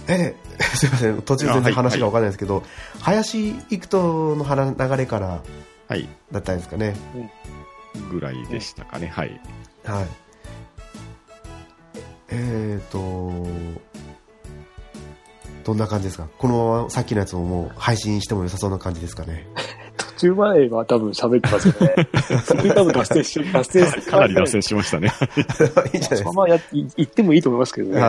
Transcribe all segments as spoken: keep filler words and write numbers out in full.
えすいません、途中全然話が分からないですけど、はいはい、林育人の流れからだったんですかね、 はい、ぐらいでしたかね。はい、 はい、えーとどんな感じですか。このままさっきのやつももう配信しても良さそうな感じですかね。 途中までは多分喋ってますよね。それ多分脱線し脱線か, かなり脱線しましたね。 いいじゃないですか。 そのままや言ってもいいと思いますけどね。はい、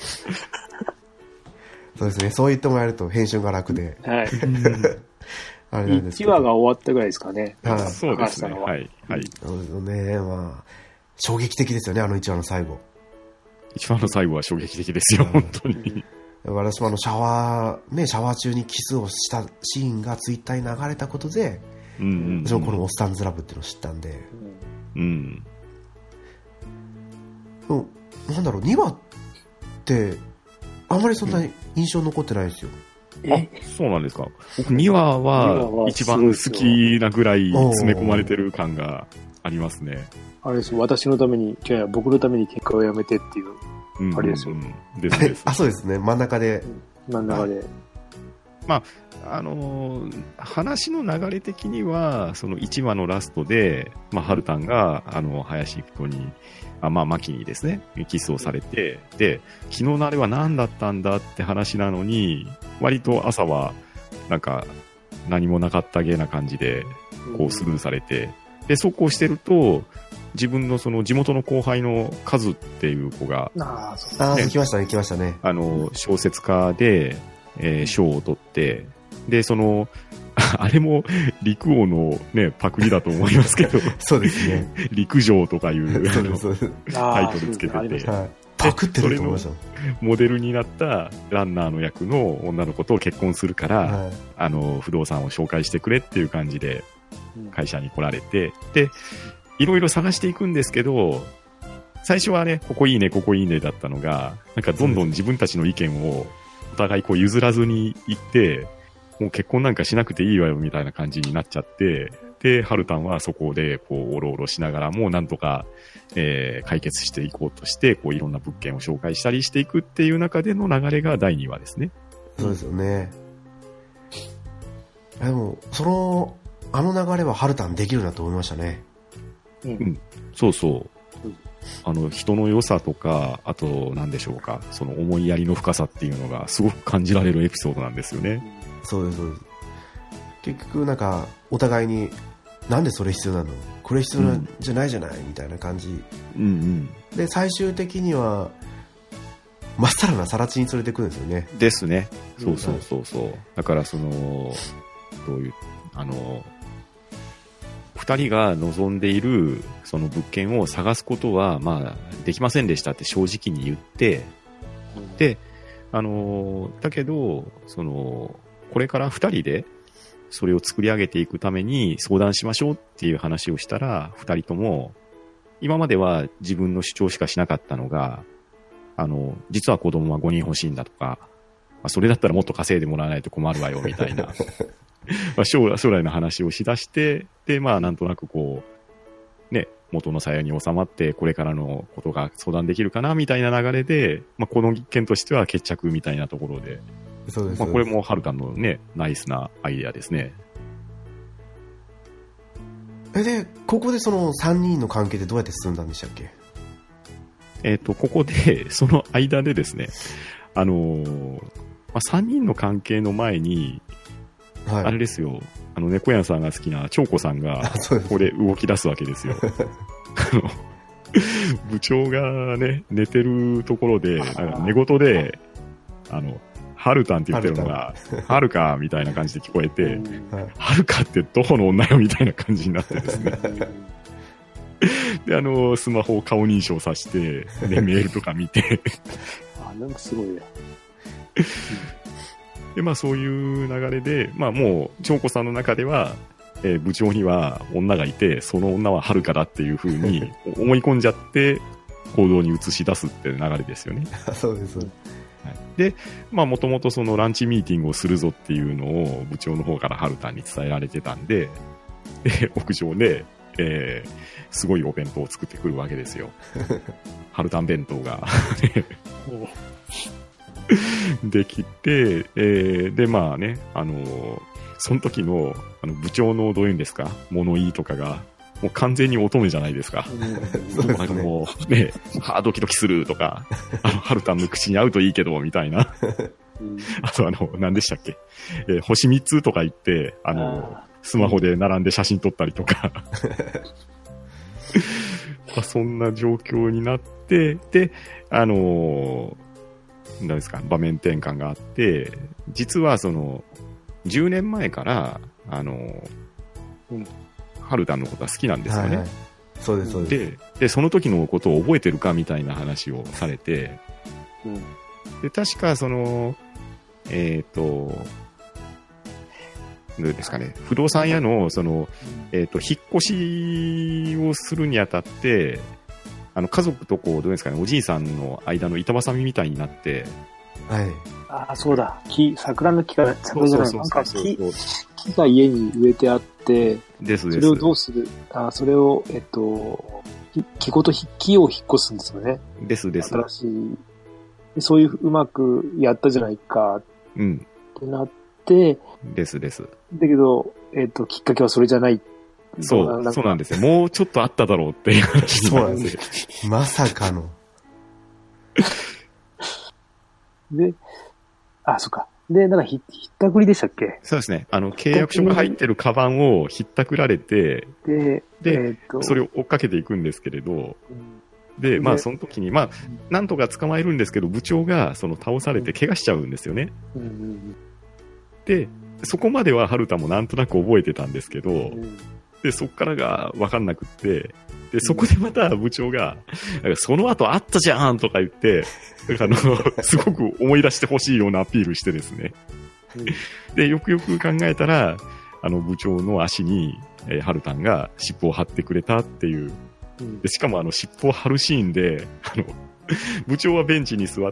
そうですね。そう言ってもらえると編集が楽で。はい。 あれなんですけどいちわが終わったぐらいですかね。 はい。そうですね。はい。はい。 そうですね。まあ衝撃的ですよね、あのいちわの最後。 いちわの最後は衝撃的ですよ、本当に。 私もあのシャワーねシャワー中にキスをしたシーンがツイッターに流れたことで、うんうんうん、私もこのオスタンズラブっていうのを知ったんで、うん、うん、なんだろうにわってあんまりそんな印象残ってないですよ。 うん、あ、そうなんですか。僕にわは一番好きなぐらい詰め込まれてる感がありますね。 あれです、私のためにじゃあ僕のために喧嘩をやめてっていう。うんうんうん、あれですよ、 ですですあ、そうですね、真ん中で、 うん、真ん中で、 まああのー、話の流れ的にはそのいちわのラストで、まあ、ハルタンがあの林育人にあ、まあ、マキにですねキスをされて、で昨日のあれは何だったんだって話なのに割と朝はなんか何もなかったげな感じでこうスルーされて、でそうこうしてると自分のその地元の後輩のカズっていう子が、 ああ、そうですね。来ましたね、来ましたね。 あの、小説家で、えー、賞を取って、で、その、あれも陸王のね、パクリだと思いますけど、 そうですね。 陸上とかいうタイトルつけてて、 パクってると思いました。 モデルになったランナーの役の女の子と結婚するから、はい、あの、不動産を紹介してくれっていう感じで会社に来られて、で、いろいろ探していくんですけど、最初はね、ここいいね、ここいいねだったのが、なんかどんどん自分たちの意見をお互いこう譲らずにいって、もう結婚なんかしなくていいわよみたいな感じになっちゃって、で、ハルタンはそこでこうおろおろしながらもなんとか、えー、解決していこうとして、こういろんな物件を紹介したりしていくっていう中での流れがだいにわですね。 そうですよね。でも、その、あの流れはハルタンできるなと思いましたね。 うんうん、そうそう、うん、あの人の良さとか、あと何でしょうか、その思いやりの深さっていうのがすごく感じられるエピソードなんですよね。 そうですそうです。結局なんかお互いになんでそれ必要なの、これ必要なんじゃないじゃない、うん、みたいな感じ、うんうん、で最終的にはまっさらなさら地に連れてくるんですよね。 ですね。そうそうそうそう。だからそのどういうあのふたりが望んでいるその物件を探すことは、まあ、できませんでしたって正直に言って、で、あのだけどそのこれからふたりでそれを作り上げていくために相談しましょうっていう話をしたら、ふたりとも今までは自分の主張しかしなかったのが、あの実は子供はごにん欲しいんだとか、それだったらもっと稼いでもらわないと困るわよみたいなまあ将来、将来の話をしだして、で、まあ、なんとなくこう、ね、元の鞘に収まって、これからのことが相談できるかな、みたいな流れで、まあ、この件としては決着みたいなところで、 そうです。 まあ、これもハルタンのね、ナイスなアイデアですね。 え、で、ここでそのさんにんの関係でどうやって進んだんでしたっけ？ えっと、ここで、その間でですね、あのー、まあ、さんにんの関係の前に、はい、あれですよ、あの猫屋さんが好きな長子さんがここで動き出すわけですよ。あの部長がね寝てるところでなんか寝言であのハルタンって言ってるのがハルカみたいな感じで聞こえて、ハルカってどこの女よみたいな感じになってですね。であのスマホを顔認証させて、ね、メールとか見てあ、なんかすごいや。 でまあ、そういう流れで、まあ、もう長子さんの中では、えー、部長には女がいて、その女は遥かだっていう風に思い込んじゃって行動に移し出すっていう流れですよね。 そうです。はい、 で、まあ、もともとそのランチミーティングをするぞっていうのを部長の方からハルタンに伝えられてたんで、で屋上で、えー、すごいお弁当を作ってくるわけですよ。ハルタン弁当ができて、えー、で、まあね、あのー、その時の、あの、部長のどういうんですか、物言いとかが、もう完全に乙女じゃないですか。うん、なんかもう、ね、はドキドキするとか、あの、ハルタンの口に合うといいけど、みたいな。うん、あとあの、何でしたっけ、えー、星みっつとか言って、あの、あスマホで並んで写真撮ったりとか。まあそんな状況になって、で、あのー、何ですか、場面転換があって、実はその、じゅうねんまえから、あのー、うん、ハルタンのことは好きなんですよね。はいはい、 そうです、そうです。 で、で、その時のことを覚えてるかみたいな話をされて、うん、で、確かその、えっ、ー、と、どうですかね、不動産屋の、その、えっ、ー、と、引っ越しをするにあたって、あの、家族とこう、どうですかね、おじいさんの間の板挟みみたいになって、 はい。ああ、そうだ。木、桜の木が、桜じゃない、なんか木、木が家に植えてあって、 ですです。 それをどうする、あそれを、えっと、木ごと木を引っ越すんですよね。 ですです。 新しい。そういううまくやったじゃないか、 うん。 ってなって、 ですです。 だけど、えっと、きっかけはそれじゃない。 そう、そうなんですよ。もうちょっとあっただろうっていう話になるんで。 まさかの。 で、あ、そっか。で、なんかひ、ひったくりでしたっけ？ そうですね。あの、契約書が入ってるカバンをひったくられて、 で、 で、えー、とそれを追っかけていくんですけれど、うん、で、まあ、その時に、まあ、なんとか捕まえるんですけど、部長が、その、倒されて怪我しちゃうんですよね。うんうんうん、で、そこまではハルタもなんとなく覚えてたんですけど、うん、で、そこからが分かんなくって、で、そこでまた部長が、その後あったじゃんとか言って、あの、すごく思い出してほしいようなアピールしてですね。うん、で、よくよく考えたら、あの、部長の足に、えー、ハルタンが尻尾を張ってくれたっていう。で、しかもあの、尻尾を張るシーンで、あの、部長はベンチに座って、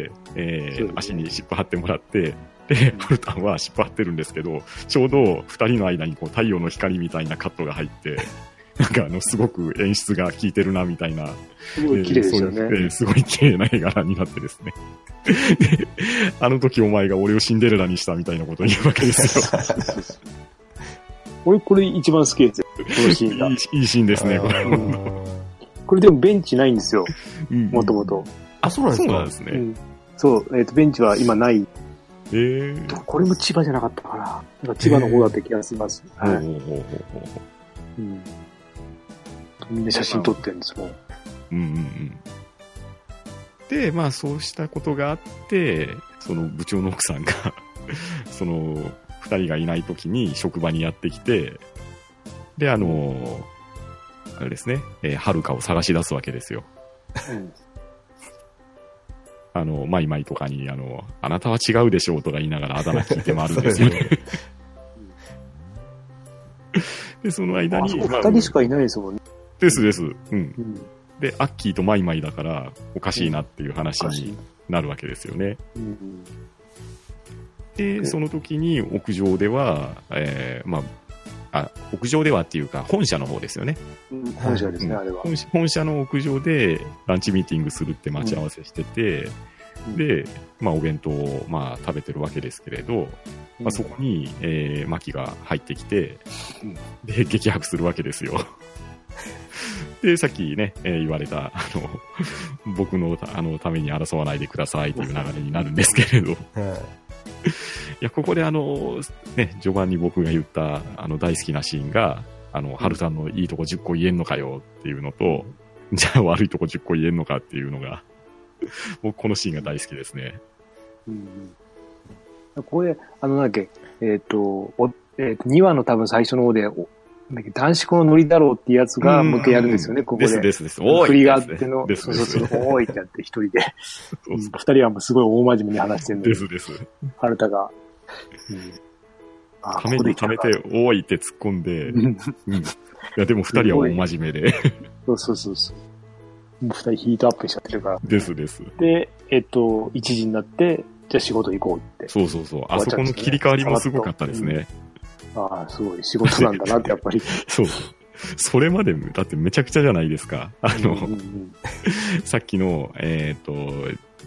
えー、足に尻尾張ってもらって、で、ハルタンは尻尾張ってるんですけど、ちょうど二人の間にこう太陽の光みたいなカットが入って、なんかあの、すごく演出が効いてるな、みたいな。 すごい綺麗ですよね。えー、すごい綺麗な絵柄になってですね。で、あの時お前が俺をシンデレラにしたみたいなことを言うわけですよ。 俺これ一番好きですよ。このシーンが。 いい、いいシーンですね、これ。 これでもベンチないんですよ。もともと。 あ、そうなんですか？ そうなんですね。うん、 そう、えっと、ベンチは今ない。 えー、 これも千葉じゃなかったかな。なんか千葉の方だった気がします。えー、はい。うん、みんな写真撮ってるんですもん。 うんうんうん。で、まあそうしたことがあって、その部長の奥さんが、その二人がいない時に職場にやってきて、で、あの、あれですね、えー、はるかを探し出すわけですよ。うんあの、マイマイとかに、あの、あなたは違うでしょうとか言いながらあだ名聞いて回るんですよね。で、その間に。 二人しかいないですもんね。 ですです。うん。うん、で、アッキーとマイマイだから、おかしいなっていう話になるわけですよね。うん、で、その時に屋上では、えー、まあ、あ、屋上ではっていうか、本社の方ですよね。 うん、本社ですね、うん、あれは本。本社の屋上でランチミーティングするって待ち合わせしてて、うん、で、まあ、お弁当を、まあ、食べてるわけですけれど、うん、まあ、そこに、えー、マキが入ってきて、うん、で、激白するわけですよ。で、さっきね、えー、言われた、あの、僕の、あの、ために争わないでくださいという流れになるんですけれど、いや、ここであの、ね、序盤に僕が言った、あの、大好きなシーンが、あの、ハルさんのいいとこじゅっこ言えんのかよっていうのと、じゃあ悪いとこじゅっこ言えんのかっていうのが、僕このシーンが大好きですね。 うんうん、これ、あの、なんだっけ、えっ、ー、と、おえーと、にわの多分最初の方で、男子校のノリだろうっていうやつがもう一回やるんですよね、ここで。 ですですです。おーい。 振りがあっての、そうそうそう、おーいってやって一人で。二人はもうすごい大真面目に話してるんで。 ですです。 ハルタが。 うん、ためにためて、おーいって突っ込んで。うん、いや、でも二人は大真面目で。 そうそうそうそう。二人ヒートアップしちゃってるから。 ですです。 で、えっと、一時になって、じゃあ仕事行こうって。 そうそうそう。あそこの切り替わりもすごかったですね。 ああ、すごい仕事なんだなってやっぱり。 そう。それまで、だってめちゃくちゃじゃないですか。あの、うんうんうん、さっきの、えっと、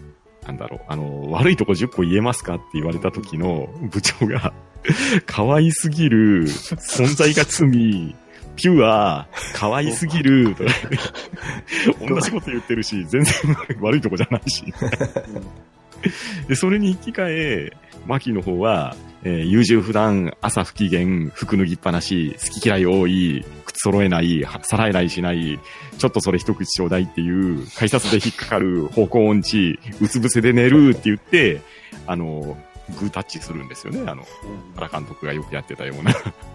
なんだろう、あの、悪いとこじゅっこ言えますかって言われた時の部長が、可愛すぎる、存在が罪、ピュア、可愛すぎる、とか同じこと言ってるし、全然悪いとこじゃないし。で、それに引き換え、マキの方は、えー、優柔不断、朝不機嫌、服脱ぎっぱなし、好き嫌い多い、靴揃えない、皿洗いしない、ちょっとそれ一口ちょうだいっていう、改札で引っかかる、方向音痴、うつ伏せで寝るって言って、あの、グータッチするんですよね、あの、原監督がよくやってたような。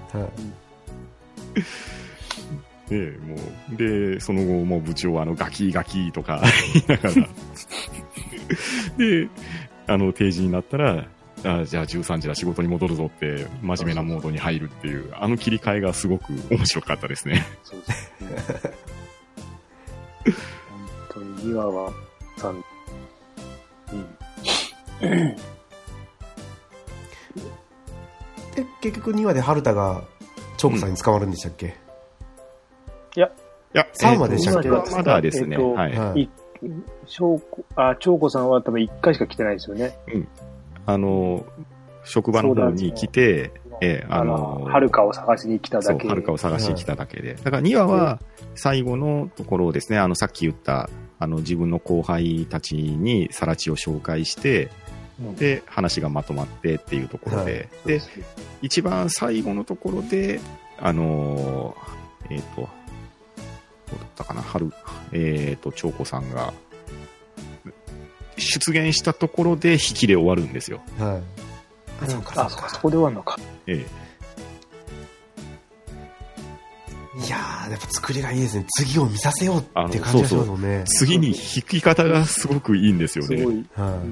で、もう、で、その後もう部長はあの、ガキガキとか言いながら、で、あの、定時になったら、あじゃあじゅうさんじだ仕事に戻るぞって真面目なモードに入るっていう、あの切り替えがすごく面白かったですね。そうですね。 本当に岩はさん、うん。 で、結局にわで春田がチョーコさんに捕まるんでしたっけ？うん、 いや、いや、 さんわでしたっけ？ まだですね。 えーはい。 はい、チョーコ、あ、チョーコさんは多分いっかいしか来てないですよね。 うん。あの、職場の方に来て、えー、あの、 はるかを探しに来ただけ。 そう、はるかを探しに来ただけで。だからにわは最後のところをですね、あの、さっき言った、あの、自分の後輩たちにサラチを紹介して、うん、で、話がまとまってっていうところで、はい、で、一番最後のところで、あの、えっ、ー、と、どうだったかな、春、えっ、ー、と、チョーコさんが、出現したところで引きで終わるんですよ。はい。 あ、そうか、そうか、そこで終わるのか。 ええ。いやー、やっぱ作りがいいですね。次を見させようって感じがしますもんね。そうそう、次に引き方がすごくいいんですよね。すごい。はい。うん、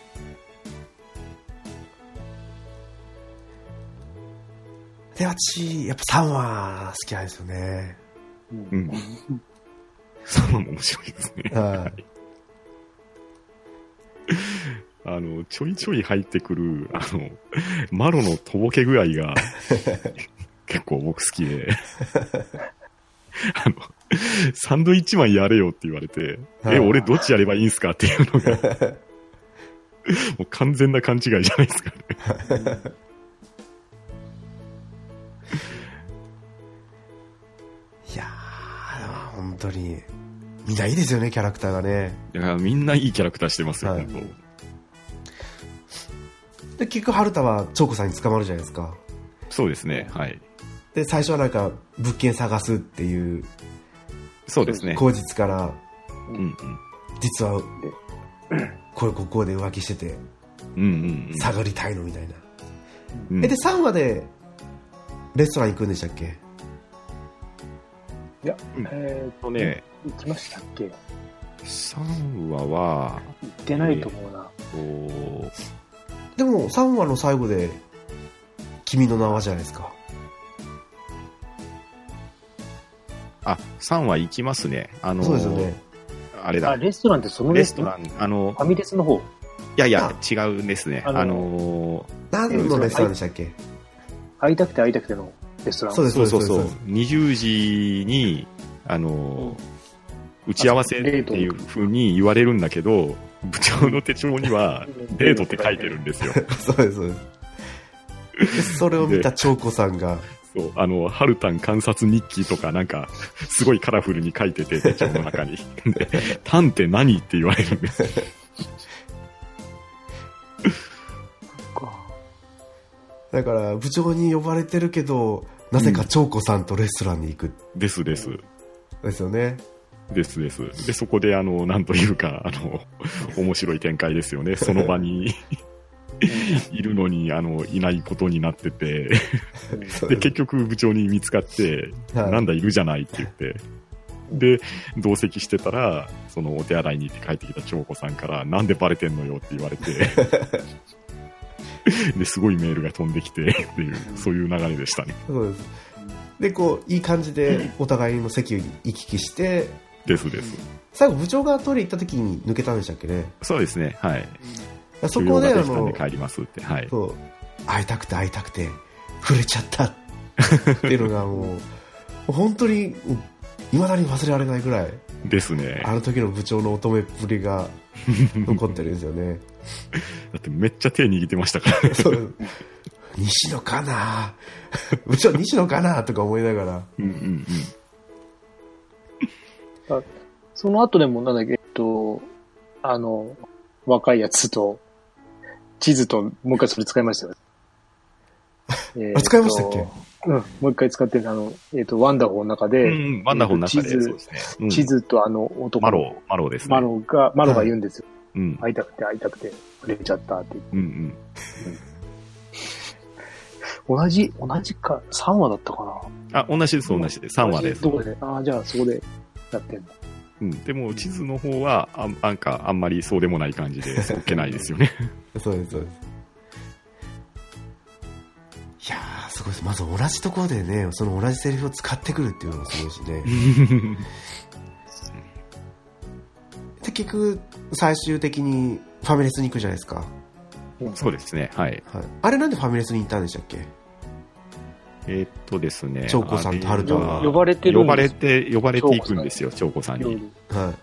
で、私、やっぱさんわ好きなんですよね。 うん。さんわも面白いですね。はい。あの、ちょいちょい入ってくる、あの、マロのとぼけ具合が、結構僕好きで、あの、サンドイッチマンやれよって言われて、え、俺どっちやればいいんすかっていうのが、もう完全な勘違いじゃないですかね。 いやー、本当に、みんないいですよね、キャラクターがね。 いや、みんないいキャラクターしてますよ、はい、本当。 で、結局、春田はチョーコさんに捕まるじゃないですか。 そうですね、はい。 で、最初はなんか、物件探すっていう、 そうですね。 口実から、 うんうん、 実は、こうここで浮気してて、 うんうんうん、 探りたいのみたいな。うん、え、で、さんわで、レストラン行くんでしたっけ？ いや、うん、えーっとね、行きましたっけ？ さんわは、 行ってないと思うな。 えー、 でも、さんわの最後で、君の名はじゃないですか。 あ、さんわ行きますね。あのー、 そうですよね。 あれだ。あ、レストランってそのレストラン、あの、 ファミレスの方。いやいや、違うんですね。あのー、 何のレストランでしたっけ？ 会いたくて会いたくてのレストラン。 そうです、そうそうそう。にじゅうじに、あのー、うん、打ち合わせっていう風に言われるんだけど、部長の手帳にはデートって書いてるんですよ。 そうです、そうです。でそれを見たチョーコさんが、 そう、あの、ハルタン観察日記とかなんか、すごいカラフルに書いてて、手帳の中に。で、タンって何って言われるんです。 だから、部長に呼ばれてるけど、なぜかチョーコさんとレストランに行く。 うん、ですです。 ですよね。 ですです。で、そこで、あの、なんというか、あの、面白い展開ですよね。その場にいるのに、あの、いないことになってて、で、結局部長に見つかって、はい、なんだ、いるじゃないって言って、で、同席してたら、その、お手洗いに行って帰ってきたチョーコさんから、なんでバレてんのよって言われて、で、すごいメールが飛んできて、っていう、そういう流れでしたね。 そうです。で、こう、いい感じで、お互いの席を行き来して、 ですです。 最後部長がトイレ行った時に抜けたんでしたっけね。 そうですね、はい。 そこであの帰りますって、はい。 そう、会いたくて会いたくて触れちゃったっていうのがもう本当に未だに忘れられないぐらいですね。 あの時の部長の乙女っぷりが残ってるんですよね。 だってめっちゃ手握ってましたからね。 そう西野かな部長西野かなとか思いながら。 うんうんうん。その後でもなんだっけ、えっと、あの、若いやつと、地図ともう一回それ使いましたよね。 えー、あ、使いましたっけ？ うん、もう一回使ってるあの、えっ、ー、と、ワンダホーの中で、 うん、ワンダホーの中で、 地図、 そうですね。うん、 地図とあの男マロー、マローですね。 マローが、マローが言うんですよ。 うん。 会いたくて会いたくて、触れちゃったって言って。 うんうん。 うん、同じ、同じか、さんわだったかな。 あ、同じです、同じです。さんわです。 どこで、あ、じゃあそこでやってんの。 うん、でも地図の方はあなんかあんまりそうでもない感じでそっけないですよね。 そうですそうです。いやーすごいです。まず同じところでね、その同じセリフを使ってくるっていうのもすごいしね。で結局最終的にファミレスに行くじゃないですか。 そうですね、はい、 はい。あれなんでファミレスに行ったんでしたっけ？ えー、っとですね、 長子さんと春田は呼ばれてるんです。 呼ばれて呼ばれていくんですよ、長子さんに。 はい。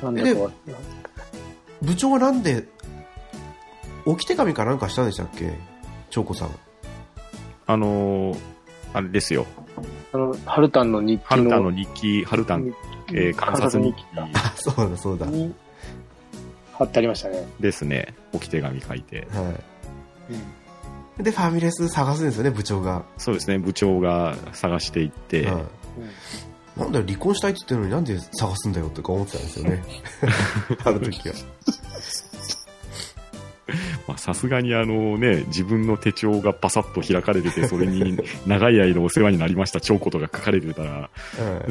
なんで部長はなんで置き手紙かなんかしたんでしたっけ？長子さん。 あのー、あれですよ。 あの春田の日記の春田の日記、春田の、えー、観察日記。 あ、そうだそうだ。 貼ってありましたね。 ですね。置き手紙書いて。 はい。うん、でファミレス探すんですよね、部長が。 そうですね、部長が探していって、はい、 うん、なんだよ離婚したいって言ってるのになんで探すんだよとか思ってたんですよね。あの時は。 さすがにあのね、自分の手帳がパサッと開かれてて、それに長い間お世話になりました長子とが書かれてたら、はい、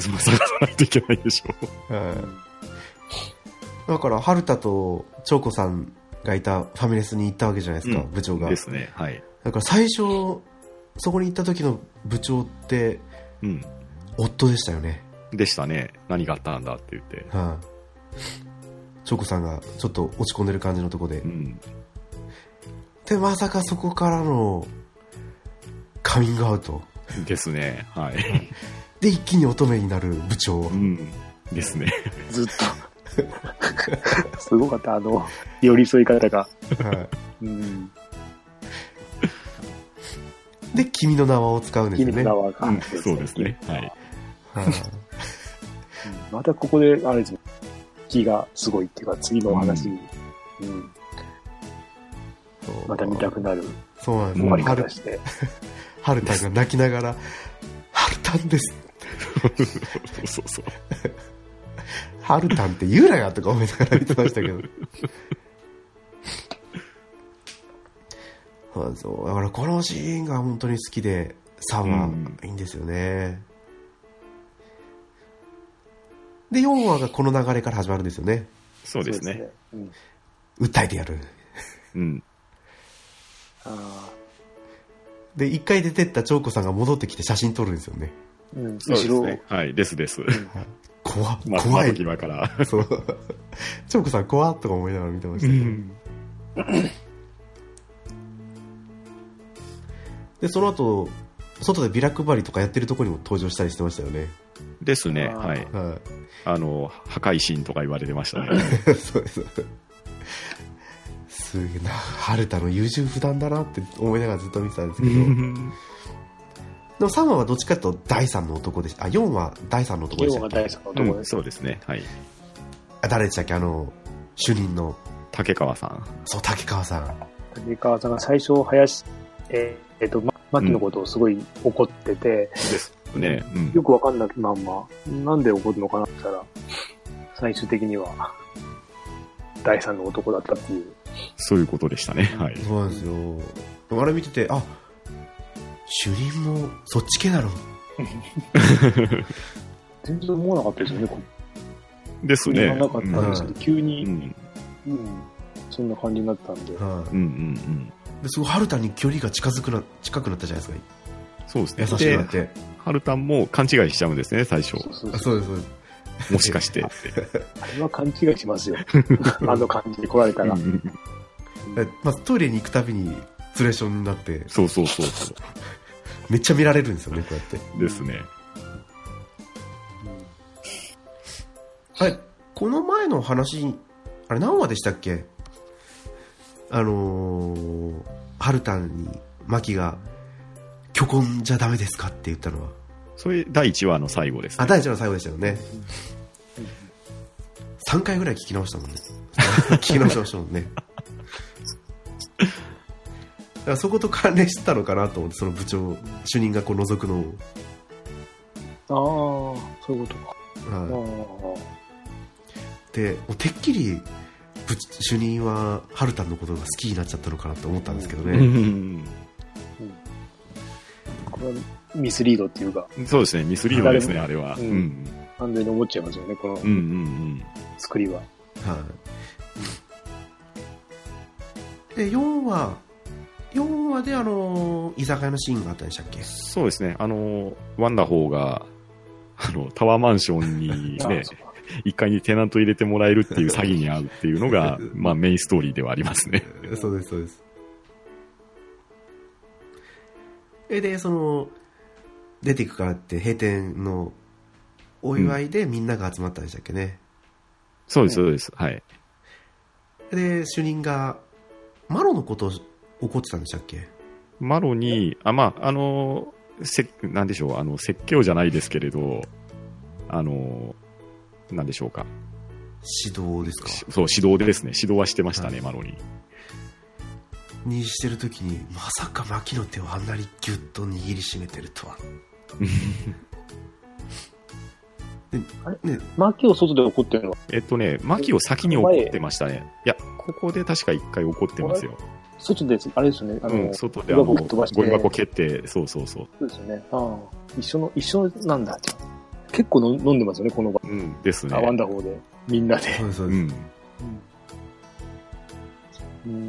探さないといけないでしょう。はい、 だから春田と長子さんがいたファミレスに行ったわけじゃないですか、うん、部長が。 ですね、はい。 だから最初そこに行った時の部長って、うん、夫でしたよね。 でしたね。何があったんだって言って、 はあ、長子さんがちょっと落ち込んでる感じのとこで、うん、でまさかそこからのカミングアウトですね。はい。 で一気に乙女になる部長、 うん、ですね。 ずっとすごかった、あの寄り添い方が。はい、うん、 で君の名はを使うんですよね。 君の名はが、うん、 そうですね。はい。はあ、 またここであれですね、気がすごいっていうか次のお話に、うんうん、また見たくなる終わり方して、 ハルタンが泣きながらハルタンですそうそうハルタンって言うなよとか思いながら見てましたけどそうだからこのシーンが本当に好きでさんわいいんですよね、うん、でよんわがこの流れから始まるんですよね。 そうですね、 うん、訴えてやる、うん、あでいっかい出てった長子さんが戻ってきて写真撮るんですよね、 うん、そうですね、 はいですです、うん、 怖っ、 ま、 怖い今からそう長子さん怖っとか思いながら見てましたけど、うん、でその後外でビラ配りとかやってるところにも登場したりしてましたよね。 ですね、はい、はい、あの破壊神とか言われてましたねそうですすげえな、春田の優柔不断だなって思いながらずっと見てたんですけどでもさんわはどっちかというとだいさんの男でした。あ、よんわだいさんの男でしたっけ。 よんわだいさんの男です、 うん、そうですね、はい。 あ、誰でしたっけ、あの主任の竹川さん。 そう、竹川さん竹川さんが最初林えー、えーと牧のことをすごい怒ってて、うん、 ですね、うん、 よくわかんないまんまなんで怒るのかなって言ったら最終的にはだいさんの男だったっていう、 そういうことでしたね、はい。 そうなんですよ。あれ見てて、あ、主任もそっち系だろ全然思わなかったですよね。 ですね。 思わなかったんですけど、うん、急に、 うんうん、そんな感じになったんで、 はい、うんうんうん、 ですごい春田に距離が近づくな近くなったじゃないですか。 そうですね。 優しくなって、 春田も勘違いしちゃうんですね、最初。 そうそうそうそうです。 もしかしてって。 あれは勘違いしますよ。あの感じで来られたら。 まずトイレに行くたびにツレーションになって。 そうそうそうそう。 めっちゃ見られるんですよね、こうやって。 ですね。 あれ、この前の話、あれ何話でしたっけ？あのー、ハルタンにマキが、虚婚じゃダメですかって言ったのは。 それだいいちわの最後です、ね。 あ、だいいちわの最後でしたよね。さんかいぐらい聞き直したもんね。聞き直しましたもんね。だからそこと関連してたのかなと思って、その部長、主任がこう覗くのを。 ああ、そういうことか。 はい、で、もうてっきり主任はハルタンのことが好きになっちゃったのかなと思ったんですけどね。うん、 これはミスリードっていうか。 そうですね、ミスリードですね、あれは。うん。 完全に思っちゃいますよね、この作りは。はい、 で、よんわ、よんわであの居酒屋のシーンがあったんでしたっけ？ そうですね、あのワンダホーがあのタワーマンションにねいっかいにテナント入れてもらえるっていう詐欺に遭うっていうのがまあメインストーリーではありますね。 そうですそうです。でその出ていくからって閉店のお祝いでみんなが集まったんでしたっけね？ うん、そうですそうです、はい。 で主任がマロのことを怒ってたんでしたっけ？ マロにあまああのせなんでしょう、あの説教じゃないですけれど、あのなんでしょうか、 指導ですか？ そう指導ですね、指導はしてましたね、はい、マロに。 にしてるときにまさかマキの手をあんなにギュッと握りしめてるとは。 であれね、マキを外で怒ってるのはえっとね、マキを先に怒ってましたね。いや、ここで確か一回怒ってますよ。 外で、あれですよね、あの、うん、 外であのゴミ箱蹴って、そうそうそう。 そうですよね。ああ、一緒の、一緒なんだ。結構の飲んでますよね、この場。 うん、ですね。 あ、ワンダホーで、みんなで。 そうです、そうです。うん。 うん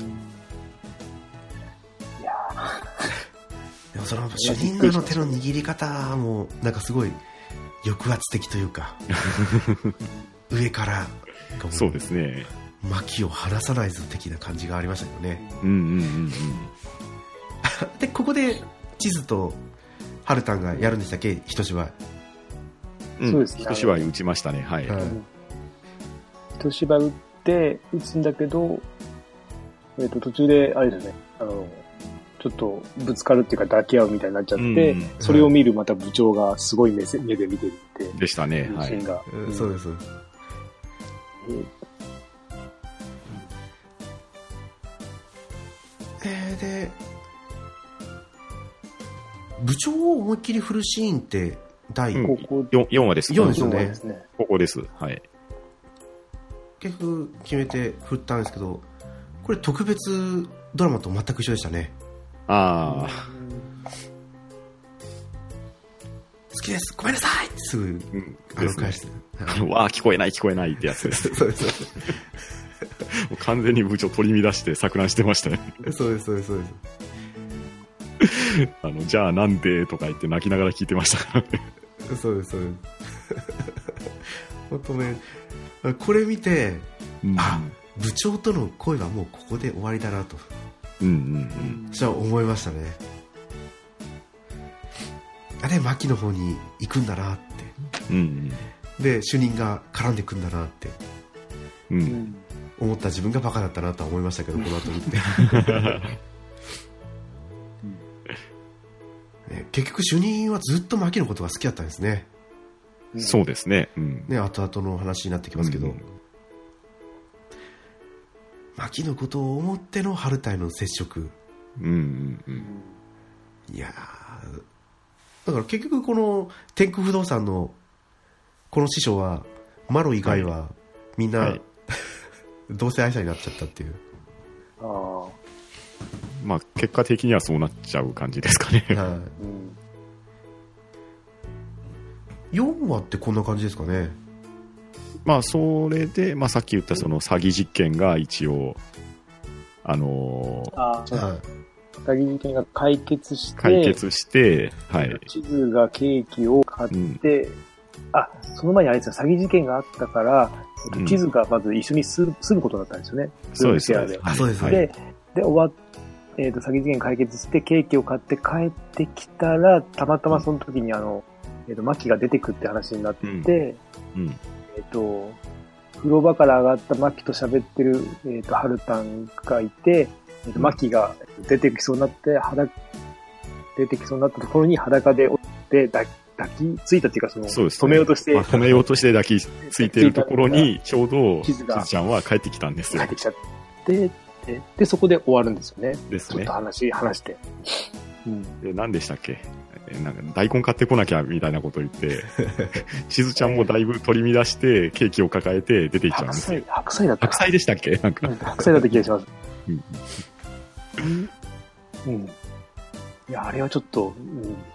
いやでもその主任の手の握り方もなんかすごい抑圧的というか上からそうですね、 薪を離さないぞ的な感じがありましたよね。 うんうんうんうんでここで地図とハルタンがやるんでしたっけ、一芝居。 うん、そうですね、一芝居打ちましたね。はい、はい、 一芝居打って打つんだけど、えー、と途中であれですね、あのちょっとぶつかるっていうか抱き合うみたいになっちゃって、うん、それを見るまた部長がすごい 目, 目で見てるってでしたね。 シーンが、 はいうん、そうです、えー、えー、で部長を思いっきり振るシーンって第、うん、 よん, よんわです。 よんですよね。 ここです。はい。 結局決めて振ったんですけど、これ特別ドラマと全く一緒でしたね。 ああ。 好きです。ごめんなさいってすぐ、うん、あの返して、ね、 わあ聞こえない聞こえないってやつです。 そうです。 もう完全に部長取り乱して錯乱してましたね。 そうですそうですそうです。 あのじゃあなんでとか言って泣きながら聞いてましたからね。 そうですそうです。本当ね、これ見て、うん、あ、部長との恋はもうここで終わりだなと、 うんうんうん、 じゃあ思いましたね。あれ牧の方に行くんだなって、 うんうん、 で主任が絡んでくんだなって、 うん、 思った自分がバカだったなとは思いましたけど、この後見て、ね、結局主任はずっと牧のことが好きだったんですね。 そうですね、うん、 ね、後々の話になってきますけど、うん、牧のことを思っての春田への接触、 うんうんうん、 いやだから結局この天空不動産のこの師匠はマロ以外はみんな、はい、同性愛者になっちゃったっていう。 あ、 まあ結果的にはそうなっちゃう感じですかね。 はい、うん、よんわってこんな感じですかね。 まあそれで、まあ、さっき言ったその詐欺実験が一応あのー、 あー、はい、詐欺事件が解決して、 解決して、はい。 地図がケーキを買って、うん、あ、その前にあれですよ、詐欺事件があったから、うん、地図がまず一緒に住むことだったんですよね。 そうです。 で、 そうです。 で、で、終わっえっと、詐欺事件解決して、ケーキを買って帰ってきたら、たまたまその時にあの、えっと、マキが出てくって話になって、 うんうん、 えっと、風呂場から上がったマキと喋ってる、えっと、ハルタンがいて、えっと、マキが出てきそうになって、裸、出てきそうになったところに裸で折って抱き、抱きついたっていうか、その、 そうですね、 止めようとして、 まあ、止めようとして抱きついてるところに、ちょうど、地図ちゃんは帰ってきたんですよ。 帰ってきちゃって、で、でそこで終わるんですよね。 ですね。 ちょっと話、話して。うん。 で、何でしたっけ？なんか大根買ってこなきゃみたいなこと言って、しずちゃんもだいぶ取り乱してケーキを抱えて出ていっちゃうんですよ。 白菜、白菜だった白菜でしたっけ？なんか。 白菜だった気がします。 うん。 うん。いや、あれはちょっと、うん、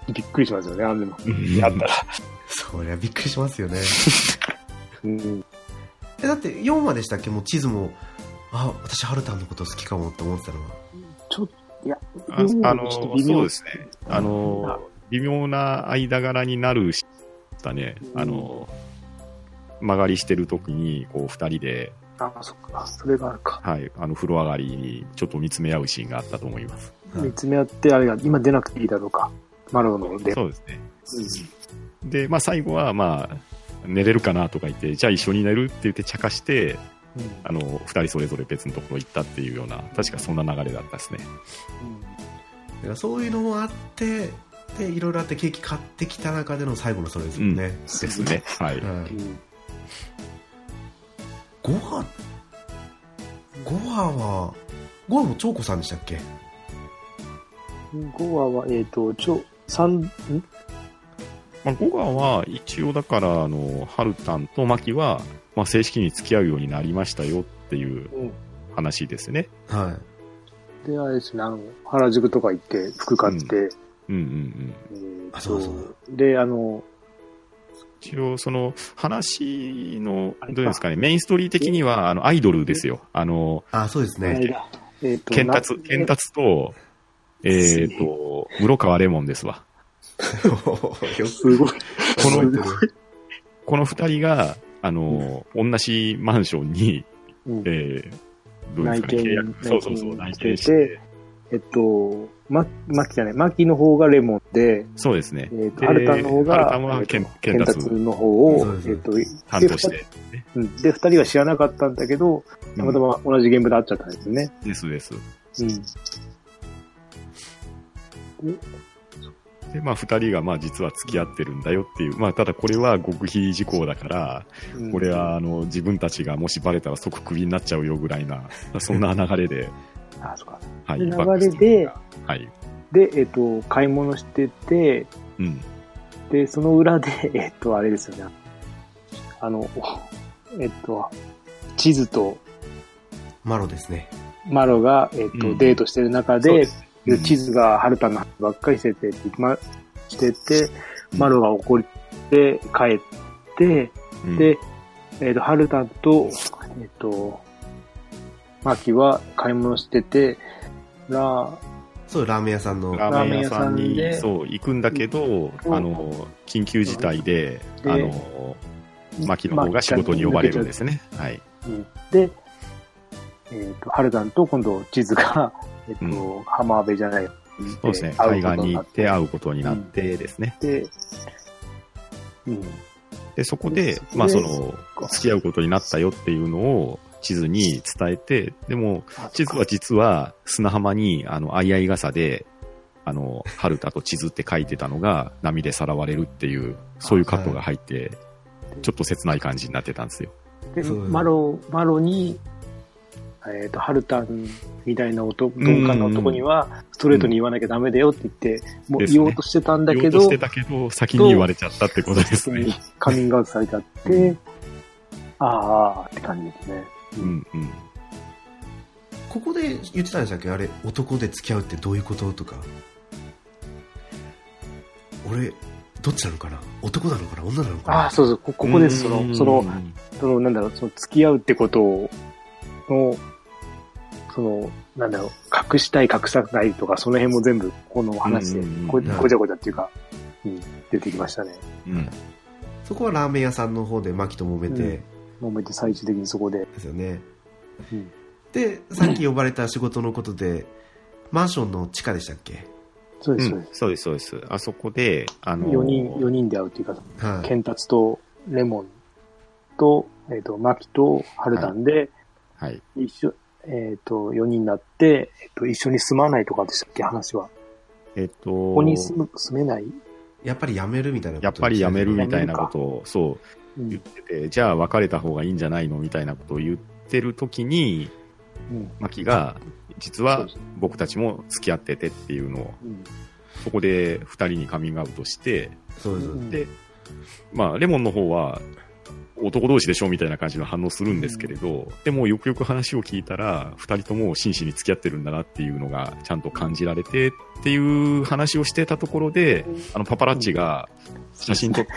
びっくりしますよね、あんなの。やったら。 そりゃびっくりしますよね。 うん。 え、だってよんわでしたっけ？もう地図も、あ、私ハルタンのこと好きかもって思ってたのは。 ちょっと、いや、 あ、あの、そうですね。あの、微妙な間柄になるしたね、あの、曲がりしてる時に、こう、二人で、 あ、そっか、それがあるか。 はい、あの、風呂上がりにちょっと見つめ合うシーンがあったと思います。 見つめ合って、あれが、今出なくていいだろうか。マロので。 そうですね。うん、で、まあ、最後は、まあ、寝れるかなとか言って、じゃあ一緒に寝るって言って茶化して、うん、あの、二人それぞれ別のところ行ったっていうような、確かそんな流れだったですね。 うん、だからそういうのもあって、で、いろいろあってケーキ買ってきた中での最後のそれですもんね。うん、 ですね。はい。はい、 ごは、ごはは、ごはも長子さんでしたっけ？ ごはは、えっ、ー、と、ちょ、三、んまあ、ごはは一応だから、あの、ハルタンとマキは、まあ、正式に付き合うようになりましたよっていう話ですね。 うん、はい。 で、あれですね、あの、原宿とか行って服買って、うん、 うんうんうん。 えー、あ、そうそう。で、あの、 一応、その、話の、どうですかね、メインストーリー的には、あの、アイドルですよ。あの、 あ、そうですね。 えっ、ー、と、 ケンタツ、ケンタツと、えっ、ー、と、室川レモンですわ。 すごい。この、この二人が、あの、うん、同じマンションに、うん、えー、どうですかね、契約、そうそうそう、内見して。 えっと、マキじゃない、マキの方がレモンで、 そうですね。 えっと、ハルタンの方が、 ハルタンはケンタツの方を、えっと、 担当して。 うん。で、二人は知らなかったんだけど、たまたま同じ現場で会っちゃったんですよね。 ですです。 うん。 で、まあ、二人が、まあ、実は付き合ってるんだよっていう。まあ、ただこれは極秘事項だから、うん、これは、あの、自分たちがもしバレたら即クビになっちゃうよぐらいな、そんな流れで。 あ、そうか。 はい。 流れで、 はい。 で、えっと、買い物してて、 うん。 で、その裏で、えっと、あれですよね。あの、えっと、地図と、 マロですね。 マロが、えっと、うん、デートしてる中で、で地図がハルタンの話ばっかりしてて、ま、してて、マロが怒って帰って、うん、で、えっと、ハルタンと、えっと、マキは買い物してて、ら、 そう、ラーメン屋さんの。 ラーメン屋さんに、そう、行くんだけど、うん、あの、緊急事態で、であの、マキの方が仕事に呼ばれるんですね。はい。 で、えっと、ハルタンと今度地図が、えっと、うん、浜辺じゃない。 そうですね。海岸に行って会うことになってですね。 で、 うん。で、そこで、まあその、付き合うことになったよっていうのを地図に伝えて、でも、地図は実は砂浜に、あの、相合い傘で、あの、ハルタと地図って書いてたのが波でさらわれるっていう、そういうカットが入って、ちょっと切ない感じになってたんですよ。 で、マロ、マロに、えっと、ハルタンみたいな男、鈍感な男には、ストレートに言わなきゃダメだよって言って、うん、もう言おうとしてたんだけど、 言おうとしてたけど、先に言われちゃったってことですね。 カミングアウトされちゃって、うん、あーって感じですね。 うんうん。 ここで言ってたんでしたっけ？あれ、男で付き合うってどういうこととか。俺、どっちなのかな？男なのかな？女なのかな？ ああ、そうそう、ここです。その、その、その、なんだろう、その付き合うってことを、の、その、なんだろう、隠したい隠さないとか、その辺も全部この話でご、ごちゃごちゃっていうか、うん、出てきましたね。 うん。 そこはラーメン屋さんの方でマキと揉めて、 うん、揉めて最終的にそこで。 ですよね。 うん、 で、さっき呼ばれた仕事のことで、マンションの地下でしたっけ？ そうです、そうです。 うん、そうです、そうです。あそこで、あのー、 よにん、よにんで会うっていうか、はい、ケンタツとレモンと、えっ、ー、と、マキとハルタンで、 はい。 一緒、えっ、ー、と、よにんになって、えっ、ー、と、一緒に住まないとかでしたっけ、話は。 えっ、ー、と、 ここに住む、住めないやっぱり辞めるみたいなこと、 やっぱり辞めるみたいなことを、そう言ってて、うん、じゃあ別れた方がいいんじゃないのみたいなことを言ってる時に、うん、マキが、実は僕たちも付き合っててっていうのを、うん、そこで二人にカミングアウトして、 そうです。 で、まあ、レモンの方は、男同士でしょみたいな感じの反応するんですけれど、うん、でもよくよく話を聞いたら、二人とも真摯に付き合ってるんだなっていうのがちゃんと感じられてっていう話をしてたところで、あのパパラッチが写真撮って、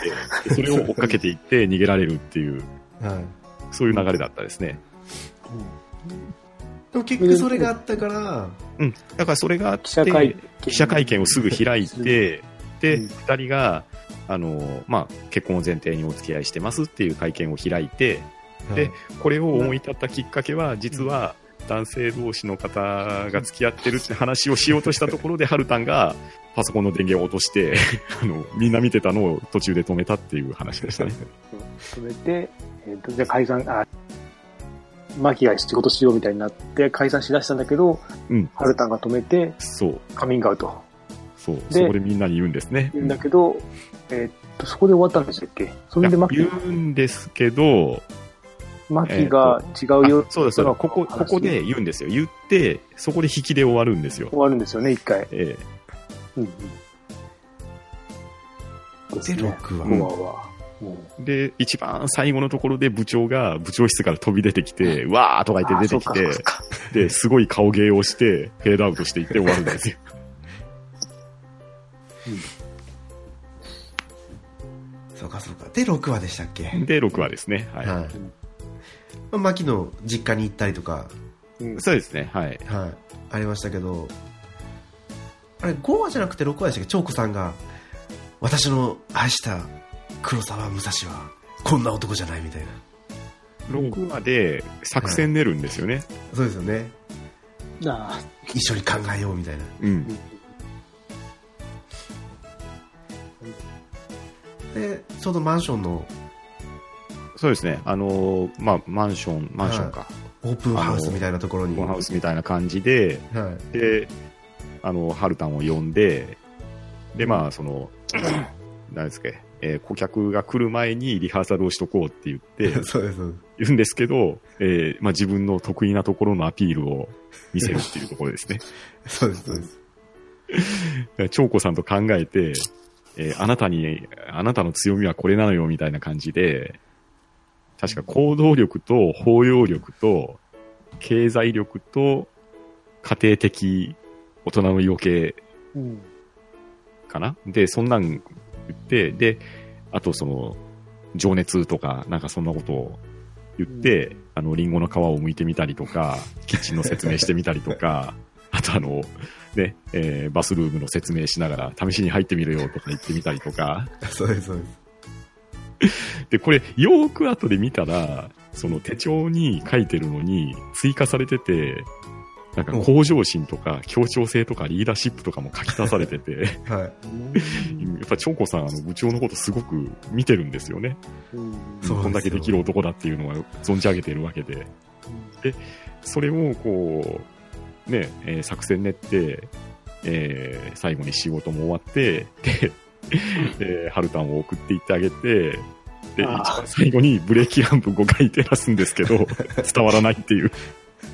それを追っかけていって逃げられるっていう、はい、そういう流れだったですね。 うん、でも結局それがあったから、 うん、だからそれがあって、記者会見、記者会見をすぐ開いて、で、二人が、あの、まあ、結婚を前提にお付き合いしてますっていう会見を開いて、はい、で、これを思い立ったきっかけは、実は男性同士の方が付き合ってるって話をしようとしたところで、ハルタンがパソコンの電源を落として、あの、みんな見てたのを途中で止めたっていう話でしたね。 止めて、えっと、じゃあ解散、あ、マキが仕事しようみたいになって解散しだしたんだけど、うん、ハルタンが止めて、そう。カミングアウト。 そう。そこでみんなに言うんですね。 言うんだけど、えー、っと、そこで終わったんでしたっけ？それでマキ言うんですけど、 マキが違うよ、 えー、そうです、ここ、ここで言うんですよ。言って、そこで引きで終わるんですよ。 終わるんですよね、一回。 ええー。うんうん。ですね。 で、ろくわ。 ごわは。 で、一番最後のところで部長が部長室から飛び出てきて、うわーとか言って出てきて、で、すごい顔芸をして、フェードアウトしていって終わるんですよ。 うん、そうかそうか。で、ろくわでしたっけ？ で、ろくわですね。はい。はい、 まあ、マキの実家に行ったりとか。 うん、そうですね。はい。 はい。ありましたけど、あれ、ごわじゃなくてろくわでしたっけ？長子さんが、私の愛した黒沢武蔵はこんな男じゃないみたいな。 ろくわで作戦練るんですよね。はい、 そうですよね。 ああ。 一緒に考えようみたいな。 うん。 で、ちょうどマンションの。 そうですね。あの、まあ、マンション、マンションか。はい、 オープンハウスみたいなところに。 オープンハウスみたいな感じで、はい、で、あの、ハルタンを呼んで、で、まあ、その、何ですか、えー、顧客が来る前にリハーサルをしとこうって言って、 そうです。 言うんですけど、えー、まあ、自分の得意なところのアピールを見せるっていうところですね。 そうです、そうです。 長子さんと考えて、えー、あなたに、あなたの強みはこれなのよみたいな感じで、確か行動力と包容力と経済力と家庭的大人の要求かな、うん、で、そんなん言って、で、あとその、情熱とか、なんかそんなことを言って、うん、あの、リンゴの皮を剥いてみたりとか、キッチンの説明してみたりとか、あとあの、ね、えー、バスルームの説明しながら、試しに入ってみるよとか言ってみたりとか。 そうです、そうです。 で、これ、よーく後で見たら、その手帳に書いてるのに追加されてて、なんか向上心とか協調性とかリーダーシップとかも書き足されてて、はい、やっぱ長子さん、あの部長のことすごく見てるんですよね。うん、こんだけできる男だっていうのは存じ上げているわけで。で、それをこう、ね、えー、作戦練って、えー、最後に仕事も終わって、で、えー、ハルタンを送っていってあげて、で、一番最後にブレーキランプごかい照らすんですけど、伝わらないっていう。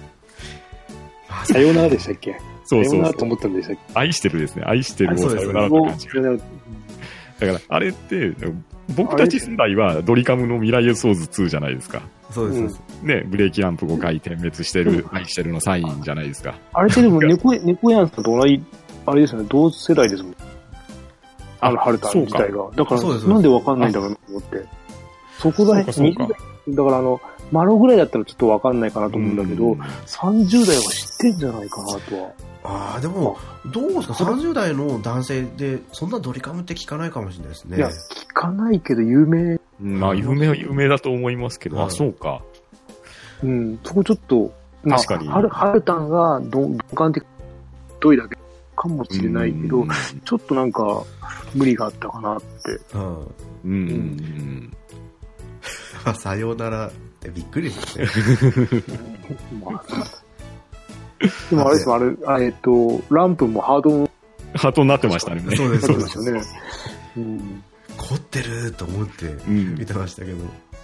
さようならでしたっけ？ そうそうそう。 さようならと思ったんでしたっけ？ 愛してるですね。愛してるをさようならって感じが。だから、あれって、僕たち世代はドリカムの未来予想図ツーじゃないですか。 そうです。 ね、ブレーキランプごかい点滅してる、愛してるのサインじゃないですか。 あれってでも猫、猫やんさんと同じ、あれですよね、同世代ですもん。あの、ハルタン自体が。だから、なんでわかんないんだろうなと思って。そこら辺、だからあの、マロぐらいだったらちょっとわかんないかなと思うんだけど、さんじゅう代は知ってんじゃないかなとは。 ああ、でも、どうですか、さんじゅう代の男性で、そんなドリカムって聞かないかもしれないですね。 いや、聞かないけど有名。 まあ、有名は有名だと思いますけど、あ、そうか。 うん、そこちょっと、 確かに。 ハル、ハルタンがど、鈍感的、どいだけかもしれないけど、ちょっとなんか、無理があったかなって。 うん。うん。 あ、さようならってびっくりですね。 まあ、でもあれですもあれ、あえっと、ランプもハート、 ハートになってましたね。 そうです、そうですよね。うん、 凝ってると思って見てましたけど。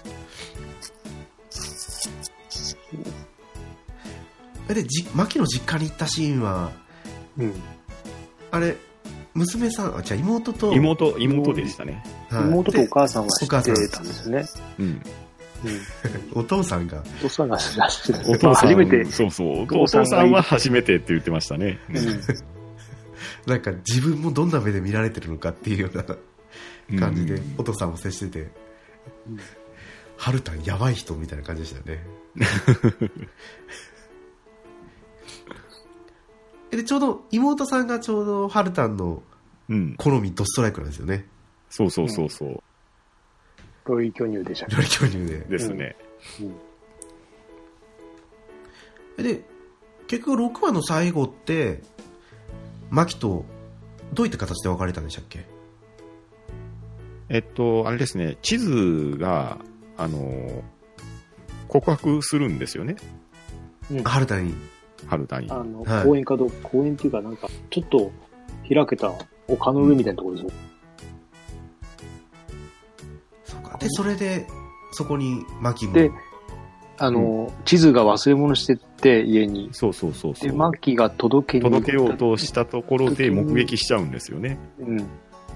うん、で、じ、マキの実家に行ったシーンは、うん、あれ、娘さん、あ、じゃあ妹と。 妹、妹でしたね。 はい、妹とお母さんは知ってたんですね。うん。 うん、お父さんが。 お父さんが知らせてお父さん、初めて。そうそう。お父さんは初めてって言ってましたね。うん、 なんか自分もどんな目で見られてるのかっていうような感じで、お父さんも接してて、うん、ハルタンやばい人みたいな感じでしたよね。でちょうど妹さんがちょうどハルタンの好みドストライクなんですよね。うん、 そうそうそうそう。 ロイ巨乳でしたね。 ロイ巨乳で。 ですね。 うん、で結局ろくわの最後ってマキとどういった形で別れたんでしたっけ？ えっとあれですね、地図があの告白するんですよね。 うん、ハルタンに。 ハルタンに。 あの、はい、公園かどうか、公園っていうかなんかちょっと開けた丘の上みたいなところですよ。 そうか。でそれでそこにマキも。 であの、うん、地図が忘れ物してって家に。 そうそうそうそう。 でマキが届けに届けようとしたところで目撃しちゃうんですよね。うん。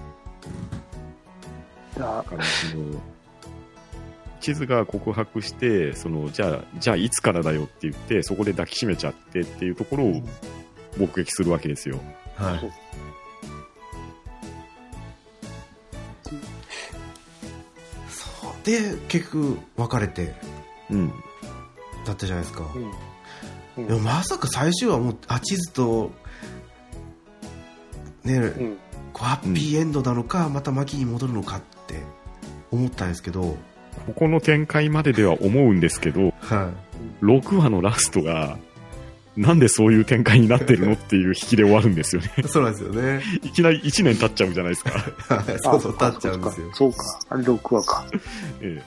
だからその地図が告白してそのじゃあじゃあいつからだよって言ってそこで抱きしめちゃってっていうところを目撃するわけですよ。はい。 そうで結局別れて、うん、だったじゃないですか。うんうん、でもまさか最終はもうあ地図とね、うん、こうハッピーエンドなのか、うん、またマキに戻るのかって思ったんですけど。 ここの展開まででは思うんですけど、はい、ろくわのラストがなんでそういう展開になってるのっていう引きで終わるんですよね。 そうなんですよね。 いきなりいちねん経っちゃうじゃないですか。 そうそう、経っちゃうんですよ。 そうか、あれろくわか。え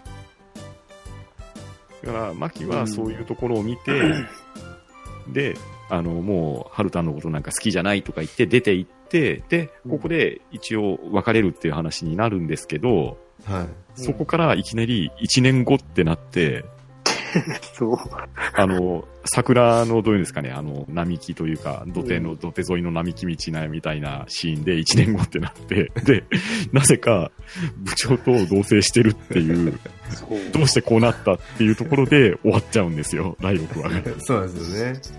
え。だからマキはそういうところを見て、うん、であのもうハルタンのことなんか好きじゃないとか言って出て行ってでここで一応別れるっていう話になるんですけど、はい、そこからいきなりいちねんごってなってそうあの桜のどういうんですかね、あの並木というか土手の、うん、土手沿いの並木道なみたいなシーンでいちねんごってなってでなぜか部長と同棲してるっていうどうしてこうなったっていうところで終わっちゃうんですよだいろくわが。 そうですよね。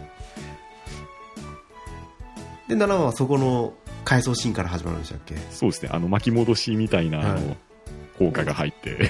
でななわはそこの回想シーンから始まるんでしたっけ？ そうですね、あの巻き戻しみたいな、はい、あの効果が入って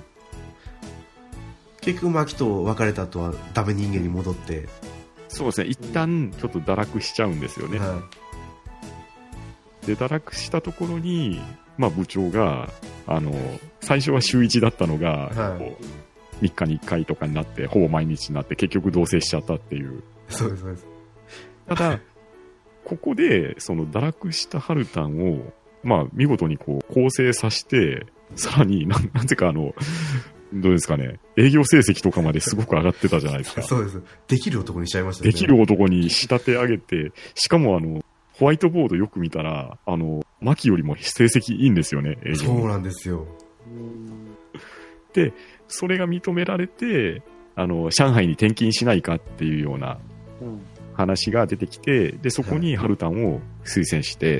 結局マキと別れた後はダメ人間に戻って、 そうですね、一旦ちょっと堕落しちゃうんですよね、はい、で堕落したところに、まあ、部長があの最初は週いちだったのが、はい、こうみっかにいっかいとかになってほぼ毎日になって結局同棲しちゃったっていう。 そうですそうです。 ただここでその堕落したハルタンを、まあ、見事にこう構成させてさらに な, なぜかあのどうですかね、営業成績とかまですごく上がってたじゃないですか。 そうです。できる男にしちゃいましたね。 できる男に仕立て上げて、しかもあのホワイトボードよく見たらあのマキよりも成績いいんですよね、営業。 そうなんですよ。 でそれが認められてあの上海に転勤しないかっていうような話が出てきて、でそこにハルタンを推薦して、はい、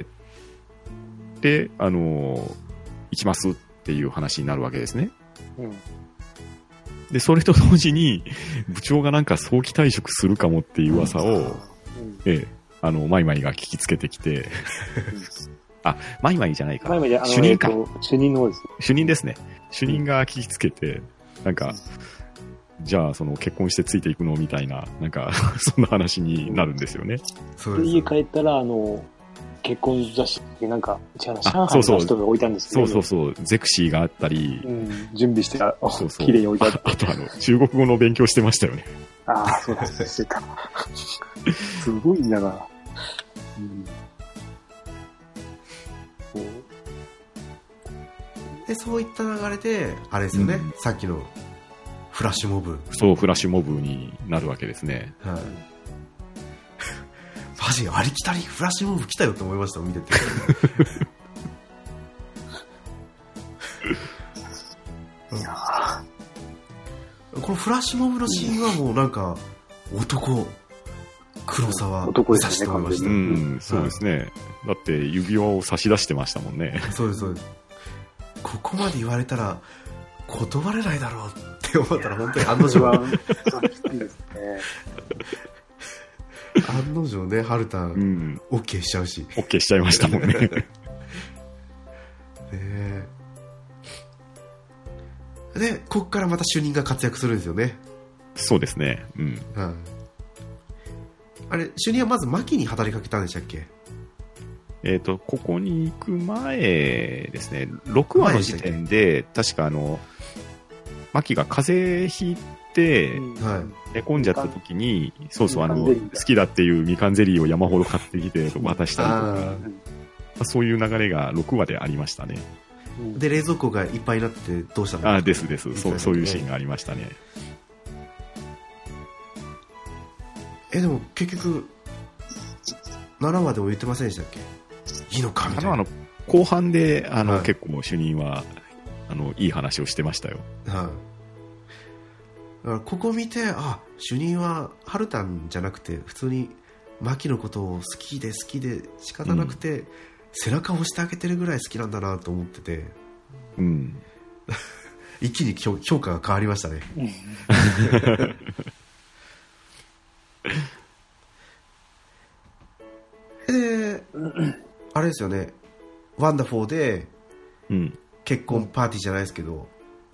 であの行きますっていう話になるわけですね。うん、でそれと同時に部長がなんか早期退職するかもっていう噂を、うん、ええ、あのマイマイが聞きつけてきてあ、マイマイじゃないか、 マイマイであの主任か、えー、主任の方です。 主任ですね。主任が聞きつけてなんか、うん、じゃあその結婚してついていくのみたいな、なんかそんな話になるんですよね。 そうです。家帰ったらあの結婚雑誌なんか違うな、上海の人が置いたんですけど、 そうそうそう、ゼクシーがあったり、 うん、準備してそうそう綺麗に置いてあって、 あ, あとあの中国語の勉強してましたよね。 ああ、そうです、してた。すごいなが、うん、 でそういった流れであれですよね、うん、さっきのフラッシュモブ。 そう、フラッシュモブになるわけですね。 はい。マジありきたりフラッシュモブ来たよって思いました見てて。いやこのフラッシュモブのシーンはもうなんか男黒沢男ですね、 思いました。 うん、そうですね、はい、だって指輪を差し出してましたもんね。 そうですそうです。ここまで言われたら断れないだろうって思ったら本当に案の定は案の定ね、ハルタン、うん、OK しちゃうし OK しちゃいましたもんね。 ねでこっからまた主任が活躍するんですよね。 そうですね、うん、 はい、あれ主任はまず牧に働きかけたんでしたっけ。 えーと、ここに行く前ですね、ろくわの時点で確かあの牧が風邪ひいて、うん、寝込んじゃった時に、そうそう、あの好きだっていうみかんゼリーを山ほど買ってきて渡したりとか、あそういう流れがろくわでありましたね。 で冷蔵庫がいっぱいになってどうしたの。 あですです、そう、そういうシーンがありましたね。 えでも結局ななわでも言ってませんでしたっけ、いいのかみたいな。 あの後半であの、はい、結構主任はあのいい話をしてましたよ。 はい、だからここ見て、あ主任はハルタンじゃなくて普通にマキのことを好きで好きで仕方なくて、うん、背中を押してあげてるぐらい好きなんだなと思ってて、うん、一気に評価が変わりましたね。であれですよね、ワンダフォーで結婚パーティーじゃないですけど、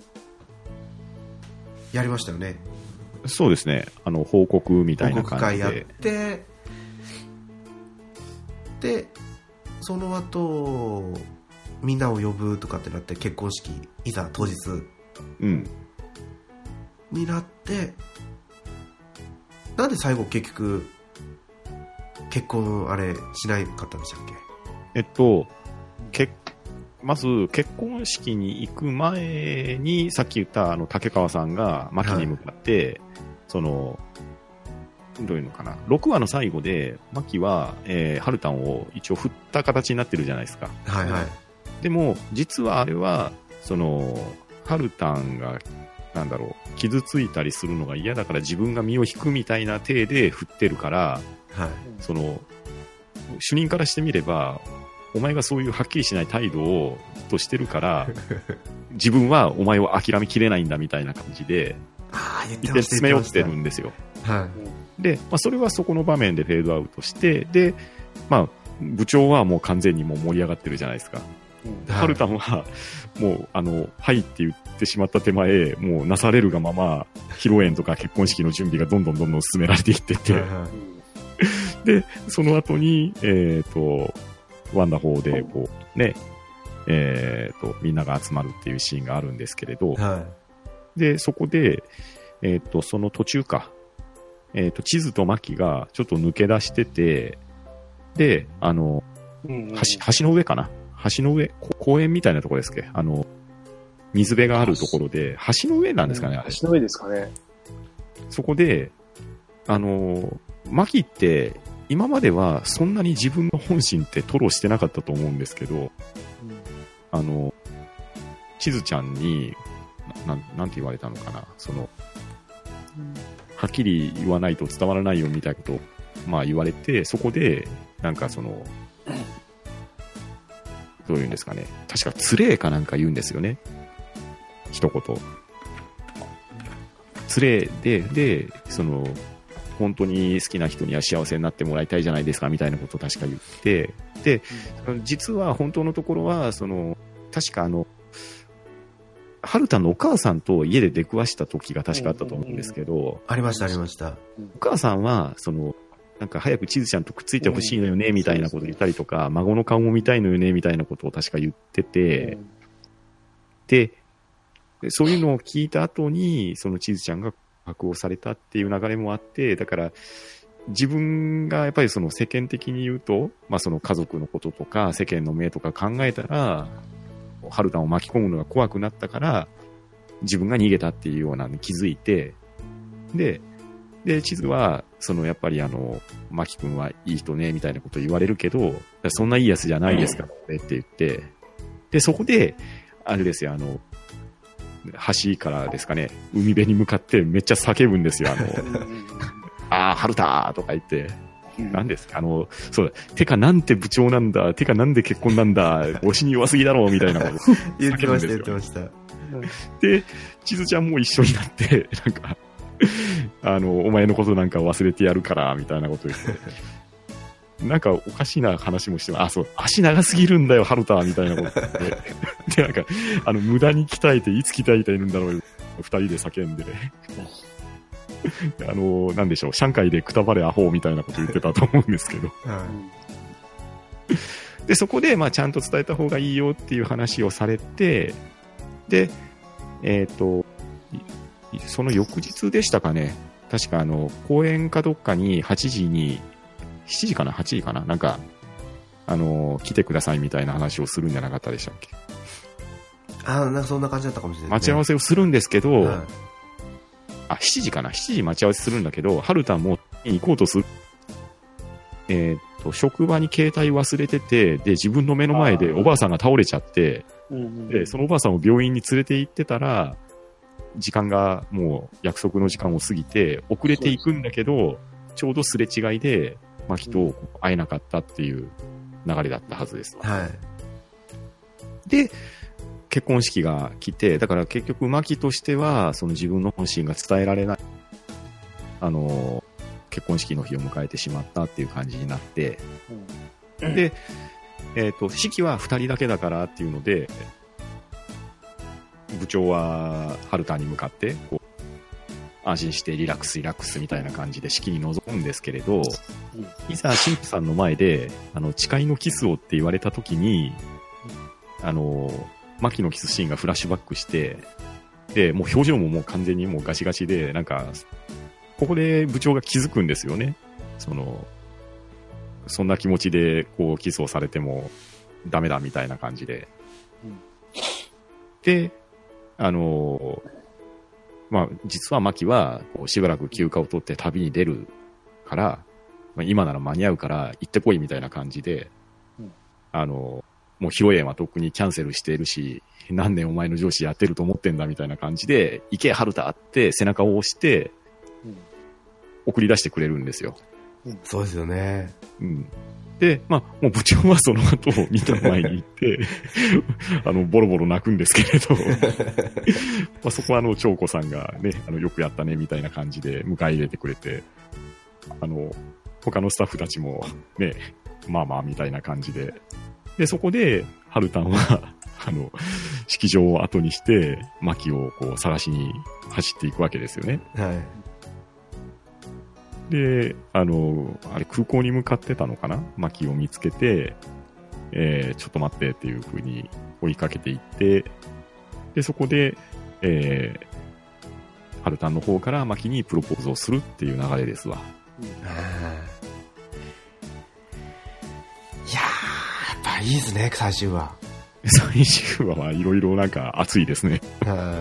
やりましたよね。 そうですね、あの報告みたいな感じで報告会やってでその後みんなを呼ぶとかってなって結婚式いざ当日、うん、になって、なんで最後結局結婚あれしないかったんでしたっけ。 えっとけまず結婚式に行く前にさっき言ったあの竹川さんが牧に向かって、はい、そのどういうのかな、ろくわの最後で牧は、えー、ハルタンを一応振った形になってるじゃないですか。 はいはい。 でも実はあれはそのハルタンがなんだろう傷ついたりするのが嫌だから自分が身を引くみたいな体で振ってるから、はい、その主任からしてみればお前がそういうはっきりしない態度をとしてるから自分はお前を諦めきれないんだみたいな感じでいて詰め寄ってるんですよ。はい、で、まあ、それはそこの場面でフェードアウトしてで、まあ、部長はもう完全にもう盛り上がってるじゃないですか。はい、ハルタンはもうあのはいって言ってしまった手前もうなされるがまま披露宴とか結婚式の準備がどんどんどんどん進められていってて、はいはい、でその後にえっとワンダフォーでこうねえっとみんなが集まるっていうシーンがあるんですけれど、はい、でそこでえっとその途中かえっと地図とマキがちょっと抜け出しててであの橋橋の上かな橋の上、公園みたいなところですっけ、あの水辺があるところで橋の上なんですかね、 うん、橋の上ですかね。 そこであのマキって今まではそんなに自分の本心って吐露してなかったと思うんですけど、うん、あの地図ちゃんに な, なんて言われたのかな、その、うん、はっきり言わないと伝わらないよみたいなことを、まあ、言われてそこでなんかそのどういうんですかね、確かつれーかなんか言うんですよね、一言つれーででその本当に好きな人には幸せになってもらいたいじゃないですかみたいなことを確か言ってで、うん、実は本当のところはその確かあのハルタンのお母さんと家で出くわした時が確かあったと思うんですけど、うんうんうん、 ありましたありました。 お母さんはそのなんか早く地図ちゃんとくっついてほしいのよねみたいなことを言ったりとか、孫の顔も見たいのよねみたいなことを確か言ってて、でそういうのを聞いた後にその地図ちゃんが告白をされたっていう流れもあって、だから自分がやっぱりその世間的に言うと、まあ、その家族のこととか世間の目とか考えたらハルタンを巻き込むのが怖くなったから自分が逃げたっていうようなのに気づいて、で、で、地図は、その、やっぱりあの、マキ君はいい人ね、みたいなこと言われるけど、そんないいやつじゃないですからねって言って、で、そこで、あれですよ、あの、橋からですかね、海辺に向かってめっちゃ叫ぶんですよ、あの、あー、春田とか言って、何ですか、あの、そうだ、てかなんて部長なんだ、てかなんで結婚なんだ、推しに弱すぎだろう、みたいなこと言ってました、言ってました。 で、地図ちゃんも一緒になって、なんか、あの、お前のことなんか忘れてやるから、みたいなこと言って、なんかおかしいな話もして、あ、そう、足長すぎるんだよ、ハルタみたいなこと言って、で、なんか、あの、無駄に鍛えて、いつ鍛えているんだろう、二人で叫んで、あの、なんでしょう、上海でくたばれアホみたいなこと言ってたと思うんですけど。で、そこで、まあ、ちゃんと伝えた方がいいよっていう話をされて、で、えっと、その翌日でしたかね、確かあの、公園かどっかにはちじに、しちじかな ?はちじかななんか、あの、来てくださいみたいな話をするんじゃなかったでしたっけ？ ああ、なんかそんな感じだったかもしれない、ね。 待ち合わせをするんですけど、 はい、 あ、しちじかな ?しちじ待ち合わせするんだけど、ハルタも行こうとする。えー、っと、職場に携帯忘れてて、で、自分の目の前でおばあさんが倒れちゃって、で、そのおばあさんを病院に連れて行ってたら、時間がもう約束の時間を過ぎて、遅れていくんだけど、ちょうどすれ違いで、マキと会えなかったっていう流れだったはずです。 はい。 で、結婚式が来て、だから結局マキとしては、その自分の本心が伝えられない、あの、結婚式の日を迎えてしまったっていう感じになって、うん、で、えっと、式は二人だけだからっていうので、部長はハルタに向かってこう安心してリラックスリラックスみたいな感じで式に臨むんですけれど、いざ神父さんの前であの誓いのキスをって言われた時に、あのマキのキスシーンがフラッシュバックして、でもう表情ももう完全にもうガシガシで、なんかここで部長が気づくんですよね。そのそんな気持ちでこうキスをされてもダメだみたいな感じで、であのー、まあ、実はマキはこうしばらく休暇を取って旅に出るから、まあ、今なら間に合うから行ってこいみたいな感じで、うん、あのー、もう披露宴はとっくにキャンセルしているし、何年お前の上司やってると思ってんだみたいな感じで、行けハルタって背中を押して送り出してくれるんですよ。 うん、そうですよね。 うん。で、まあ、もう部長はその後、見た前に行って、あの、ボロボロ泣くんですけれど、まあそこはあの、長子さんがね、あの、よくやったね、みたいな感じで迎え入れてくれて、あの、他のスタッフたちも、ね、まあまあ、みたいな感じで、で、そこで、ハルタンは、あの、式場を後にして、マキをこう、探しに走っていくわけですよね。 はい。 で、あの、あれ空港に向かってたのかな？マキを見つけて、えー、ちょっと待ってっていう風に追いかけていって、で、そこで、えー、ハルタンの方からマキにプロポーズをするっていう流れですわ。うん、 いやー、やっぱいいですね、最終話。 最終話はいろいろなんか熱いですね。はい。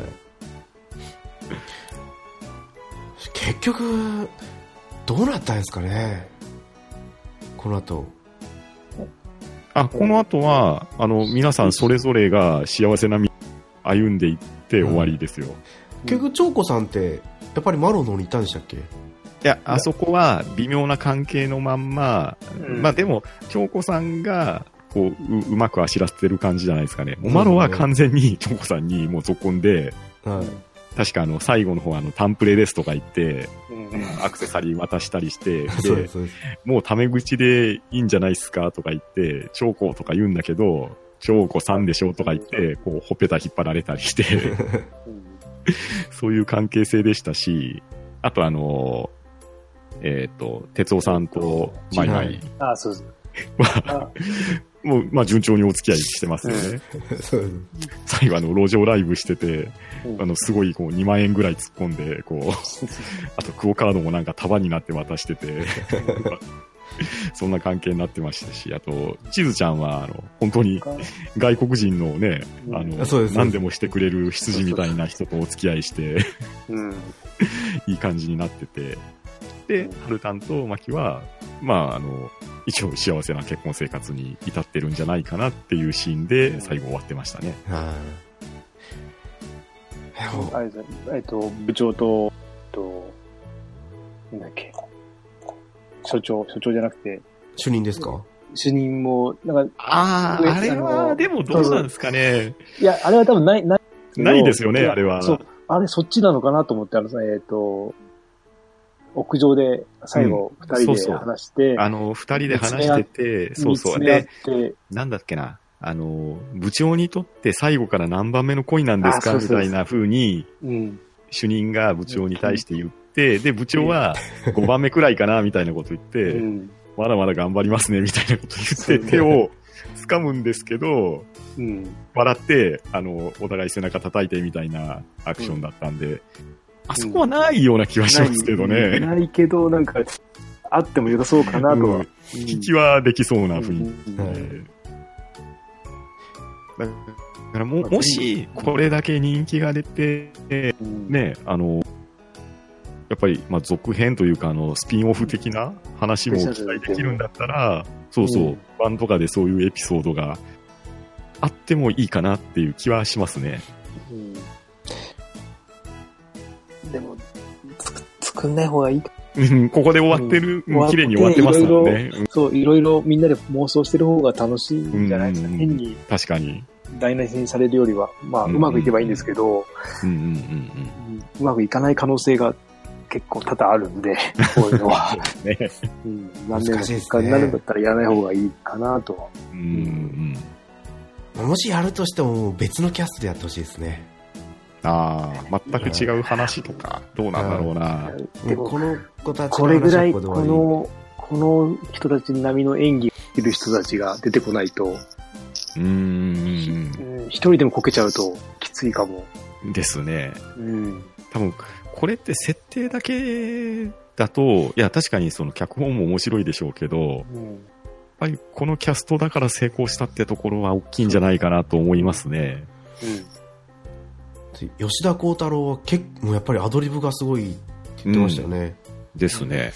結局、どうなったんですかね、この後。 あ、この後は、あの、皆さんそれぞれが幸せな道を歩んでいって終わりですよ。 うん、結局、長子さんって、やっぱりマロの方にいたんでしたっけ？ いや、あそこは微妙な関係のまんま、うん、まあでも、長子さんが、こう、う、うまくあしらせてる感じじゃないですかね。もうマロは完全に長子さんにもう続婚で、はい、確かあの、最後の方あの、タンプレですとか言って、うん、アクセサリー渡したりして、で、もうタメ口でいいんじゃないっすかとか言って、長子とか言うんだけど、長子さんでしょとか言って、こう、ほっぺた引っ張られたりして、そういう関係性でしたし、あとあの、えっと、哲夫さんとマイマイ。 あ、そうです。 もう、まあ、順調にお付き合いしてますよね。最後、あの、路上ライブしてて、あの、すごい、こう、にまんえんぐらい突っ込んで、こう、あと、クオカードもなんか束になって渡してて、 そんな関係になってましたし、あと、ちずちゃんは、あの、本当に外国人のね、あの、何でもしてくれる羊みたいな人とお付き合いして、うん、いい感じになってて、で、ハルタンとマキは、まあ、あの、一応幸せな結婚生活に至ってるんじゃないかなっていうシーンで最後終わってましたね。はい。 あれですね、えっと、部長と、と、なんだっけ、所長、所長じゃなくて。 主任ですか？ 主任も、なんか、 ああ、あれは、でもどうなんですかね。 いや、あれは多分ない、ない。 ないですよね、あれは。 そう。あれ、そっちなのかなと思って、あの、えっと、屋上で最後二人で話して、うん、そうそうあの、二人で話してて、そうそう。で、なんだっけな、あの、部長にとって最後から何番目の恋なんですかみたいな風に、うん、主任が部長に対して言って、で、部長はごばんめくらいかなみたいなこと言って、うん、まだまだ頑張りますねみたいなこと言って、手を掴むんですけど、うん、笑って、あの、お互い背中叩いてみたいなアクションだったんで、うん、あそこはないような気はしますけどね。 ない、ないけど、なんか、あっても良さそうかなとは。うん、 引きはできそうな雰囲気で。うんだからも、もし、これだけ人気が出て、ね、あの、やっぱり、まあ、続編というか、あの、スピンオフ的な話も期待できるんだったら、そうそう、バンとかでそういうエピソードがあってもいいかなっていう気はしますね。 うん、でも、つ作んない方がいい。 ここで終わってる、うん、綺麗に終わってますもんね。 いろいろそう、いろいろみんなで妄想してる方が楽しいんじゃないですか。うんうん、変に。 確かに。 台無しにされるよりは、まあ、うんうん、うまくいけばいいんですけど、うんうんうんうん、うまくいかない可能性が結構多々あるんで、こういうのは。ね、うん、何年も結果になるんだったらやらない方がいいかなとは。うんうん、もしやるとしても別のキャストでやってほしいですね。 ああ、全く違う話とか、どうなんだろうな。 でもこの子たちこれぐらい、この、この人たち並みの演技してる人たちが出てこないと、うーん、一人でもこけちゃうときついかも。 ですね。うん。多分、これって設定だけだと、いや、確かにその脚本も面白いでしょうけど、うん、やっぱりこのキャストだから成功したってところは大きいんじゃないかなと思いますね。うん吉田鋼太郎は結構やっぱりアドリブがすごいって言ってましたよね。 うん、ですね。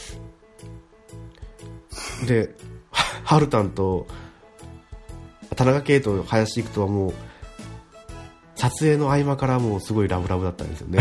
で、ハルタンと田中圭と林育人はもう撮影の合間からもうすごいラブラブだったんですよね。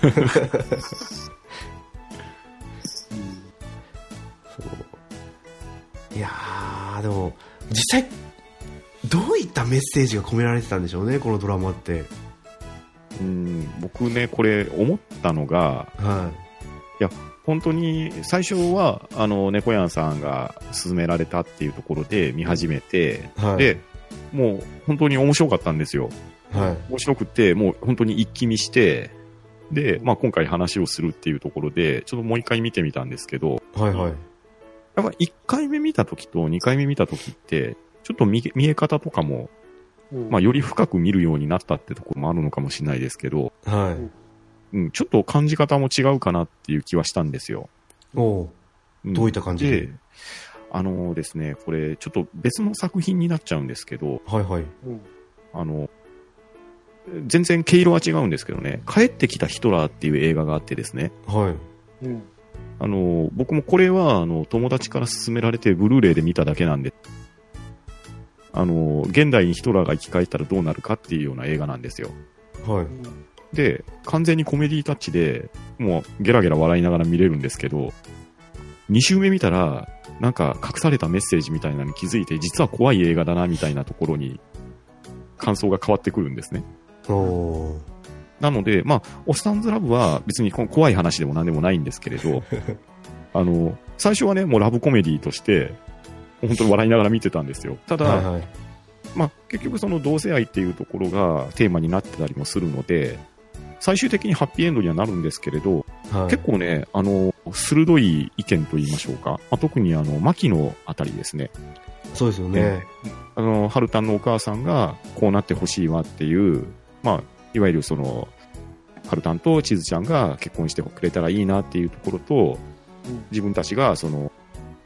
いやーでも実際どういったメッセージが込められてたんでしょうね、このドラマって。 うん、僕ねこれ思ったのが、はい、いや本当に最初はあの猫やんさんが勧められたっていうところで見始めて、はい、でもう本当に面白かったんですよ、はい、面白くてもう本当に一気見してで、まあ、今回話をするっていうところでちょっともう一回見てみたんですけど、はいはい、やっぱいっかいめ見た時とにかいめ見た時ってちょっと 見, 見え方とかもうんまあ、より深く見るようになったってところもあるのかもしれないですけど、はいうん、ちょっと感じ方も違うかなっていう気はしたんですよ。 おう、うん、どういった感じで？ あのですね、これちょっと別の作品になっちゃうんですけど、はいはい、あの全然毛色は違うんですけどね、帰ってきたヒトラーっていう映画があってですね、はいうん、あの僕もこれはあの友達から勧められてブルーレイで見ただけなんで。あの現代にヒトラーが生き返ったらどうなるかっていうような映画なんですよ。はい。で、完全にコメディタッチで、もうゲラゲラ笑いながら見れるんですけど、に周目見たら、なんか隠されたメッセージみたいなのに気づいて、実は怖い映画だなみたいなところに感想が変わってくるんですね。おー。なので、まあ、オスタンズラブは別に怖い話でも何でもないんですけれど、あの、最初はね、もうラブコメディとして、本当に笑いながら見てたんですよ。ただ、はいはいまあ、結局その同性愛っていうところがテーマになってたりもするので、最終的にハッピーエンドにはなるんですけれど、はい、結構ね、あの、鋭い意見と言いましょうか。まあ、特にあの、牧野あたりですね。 そうですよね。 あの、ハルタンのお母さんがこうなってほしいわっていう、まあ、いわゆるその、ハルタンとチズちゃんが結婚してくれたらいいなっていうところと、自分たちがその、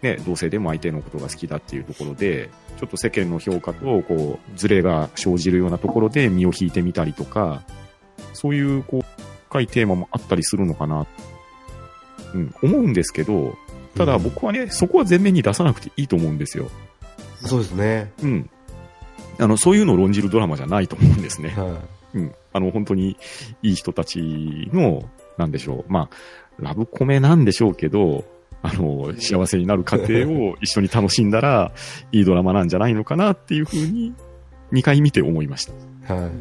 ね、同性でも相手のことが好きだっていうところで、ちょっと世間の評価と、こう、ズレが生じるようなところで身を引いてみたりとか、そういう、こう、深いテーマもあったりするのかな、うん、思うんですけど、ただ僕はね、うん、そこは前面に出さなくていいと思うんですよ。 そうですね。 うん。あの、そういうのを論じるドラマじゃないと思うんですね。はい、うん。あの、本当にいい人たちの、なんでしょう。まあ、ラブコメなんでしょうけど、あの、幸せになる過程を一緒に楽しんだら、いいドラマなんじゃないのかなっていうふうに、にかい見て思いました。はい。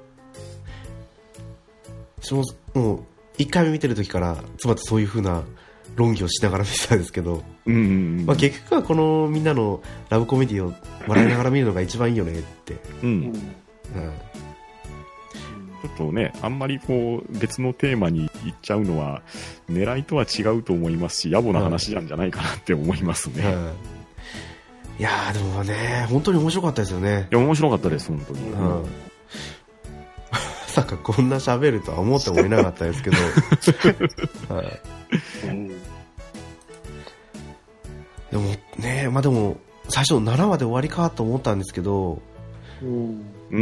私も、もう、いっかいめ見てる時から、妻とそういうふうな論議をしながら見てたんですけど、うんうんうん、まあ、結局はこのみんなのラブコメディを笑いながら見るのが一番いいよねって。うん。うん、 ちょっとね、あんまりこう別のテーマに行っちゃうのは狙いとは違うと思いますし、野暮な話なんじゃないかなって思いますね。はいはい、 いやーでもね、本当に面白かったですよね。 いや面白かったです本当に。うん、まさかこんな喋るとは思ってもいなかったですけど。はい、うん、でもね、まあでも最初ななわで終わりかと思ったんですけど。うんうん。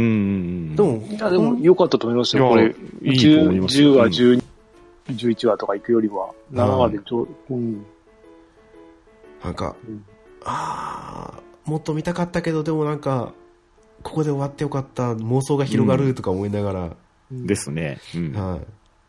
でも、いや、でも、良かったと思いますよ、これ。いいと思います。じゅうわ、じゅうに、じゅういちわとか行くよりは、ななわでちょう、うん。 なんか、うん、ああ、もっと見たかったけど、でもなんか、ここで終わってよかった、妄想が広がるとか思いながら。 うん、ですね。うん、はい。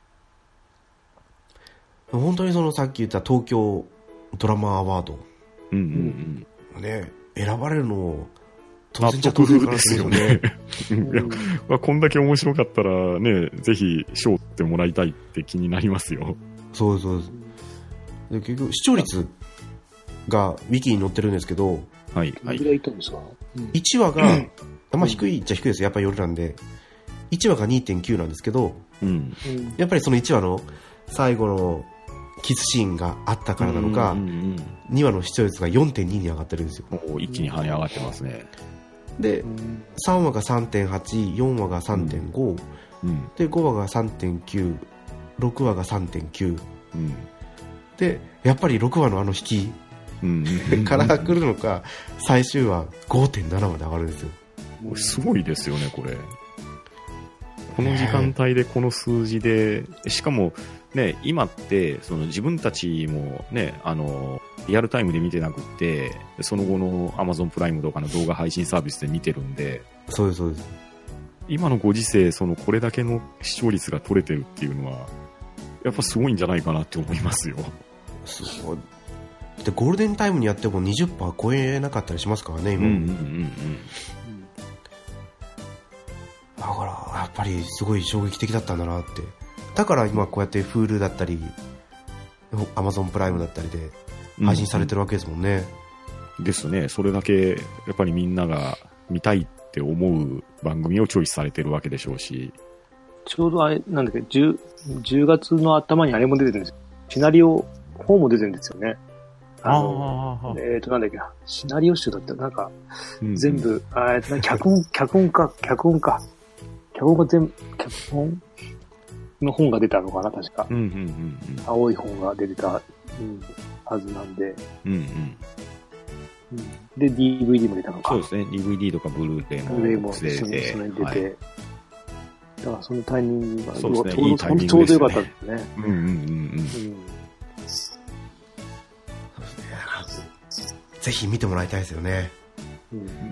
本当にその、さっき言った東京ドラマアワード。うんうんうん。ね、選ばれるのを、 納得ですよね。いやこんだけ面白かったらね、ぜひ賞ってもらいたいって気になりますよ。 そうですそうです。で結局視聴率がウィキに載ってるんですけど、 はい。はい。いたんですか？ いちわが、うん、まあ低いっちゃ低いですよ。やっぱり夜なんで、いちわが にてんきゅう なんですけど、うん、やっぱりそのいちわの最後のキスシーンがあったからなのか、うんうんうん、にわの視聴率が よんてんに に上がってるんですよ。 お一気に跳ね上がってますね。 で、さんわが さんてんはち、よんわが さんてんご、うん、でごわが さんてんきゅう、ろくわが さんてんきゅう、うん、でやっぱりろくわのあの引き、うん、から来るのか、最終話 ごてんなな まで上がるんですよ。 すごいですよねこれ。この時間帯でこの数字で、しかもね、今ってその自分たちもね、あのリアルタイムで見てなくって、その後の Amazon プライムとかの動画配信サービスで見てるんで、 そうですそうです。 今のご時世、そのこれだけの視聴率が取れてるっていうのはやっぱすごいんじゃないかなって思いますよ。 すごい。でゴールデンタイムにやっても にじゅっパーセント 超えなかったりしますからね今。うんうんうんうん。だからやっぱりすごい衝撃的だったんだなって。だから今こうやって Hulu だったり Amazon プライムだったりで配信されてるわけですもんね。 うん、ですね。それだけやっぱりみんなが見たいって思う番組をチョイスされてるわけでしょうし。 ちょうどあれなんだっけ 10, じゅうがつの頭にあれも出てるんですよ。シナリオ本も出てるんですよね。あのあえっ、ー、となんだっけなシナリオ集だったなんか、うん、全部あえっと脚本脚本か脚本か脚本が全部脚本の本が出たのかな確か、うんうんうんうん、青い本が出てた、うん、はずなんで、うんうんうん、で ディーブイディー も出たのか。 そうですね。 ディーブイディー とかブルーレイも出て、 もその辺に出て、はい、だからそのタイミングがそうですね、いいタイミングですね。 ちょうどよかったですね。 うんうんうんうん。うん、 ぜひ見てもらいたいですよね。 うん、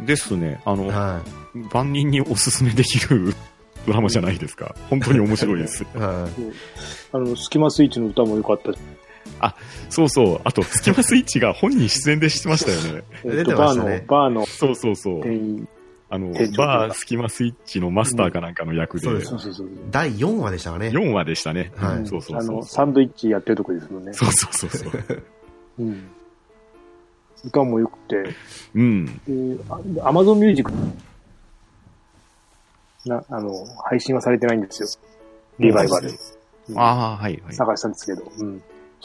ですね。あの、はい、万人におすすめできるドラマじゃないですか。本当に面白いです。はい、 あのスキマスイッチの歌も良かったし。 あ、そうそう。あとスキマスイッチが本人出演でしてましたよね。 出てましたね。 バーの、バーの、 そうそうそう。あのバースキマスイッチのマスターかなんかの役で、うん、そうそうそうだいよんわでしたかね。 よんわでしたね。はい。うん、そうそうそう。 あのサンドイッチやってるとこですもんね。 そうそうそうそう。うん。 歌も良くて、うん。で、アマゾンミュージックなあの配信はされてないんですよ。リバイバル。 うん、ああはいはい。 探したんですけど、うん。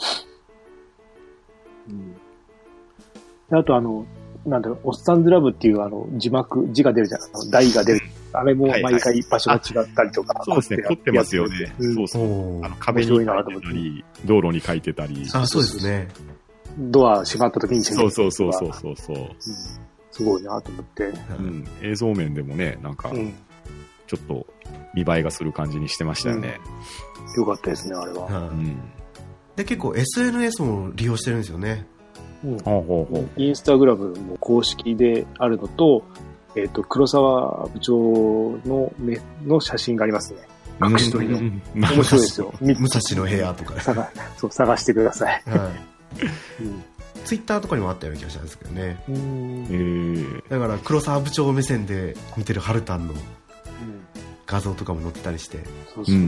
うん、であとあの。なんだろう、おっさんずラブっていうあの字幕、字が出るじゃん、あの台が出る。あれも毎回場所が違ったりとか。 はいはい、そうですね、凝ってますよね。うん、そうそう。あの壁に書いてたり、道路に書いてたり。 あ、そうですね。 ドア閉まった時にそうそうそうそうそうそう、うん、 すごいなと思って、 うん、映像面でもねなんかちょっと見栄えがする感じにしてましたよね、 うん、よかったですねあれは、 うん、で結構 エスエヌエス も利用してるんですよね、 うん、ほうほうほうインスタグラムも公式であるのと、えーと、黒沢部長の目の写真がありますね。隠し撮りの。面白いですよ。 武蔵の部屋とか探、そう、探してください。はいうん、ツイッターとかにもあったような気がしたんですけどね。 うん、 だから黒沢部長目線で見てるハルタンの画像とかも載ってたりして、そうそうそう、うん、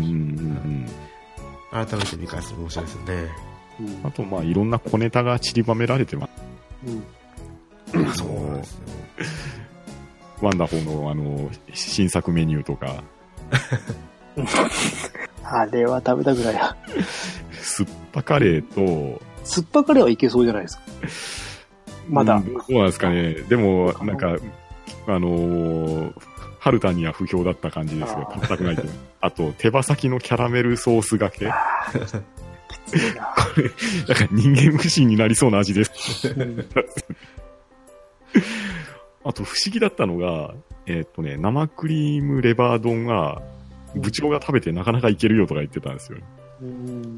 改めて見返すと面白いですよね。 うん、あとまあいろんな小ネタが散りばめられてます。 うん、そうなんですよ。 ワンダフォーのあの新作メニューとかあれは食べたぐらいだ。 酸っぱカレーと酸っぱカレーはいけそうじゃないですか。まだ、うん、 そうなんですかね。でもなんかあのー、ハルタンには不評だった感じですが食べたくないと。あと手羽先のキャラメルソースがけ、きついな。これだから人間不信になりそうな味です。あと不思議だったのが、えーっとね、生クリームレバー丼が部長が食べてなかなかいけるよとか言ってたんですよ。うん、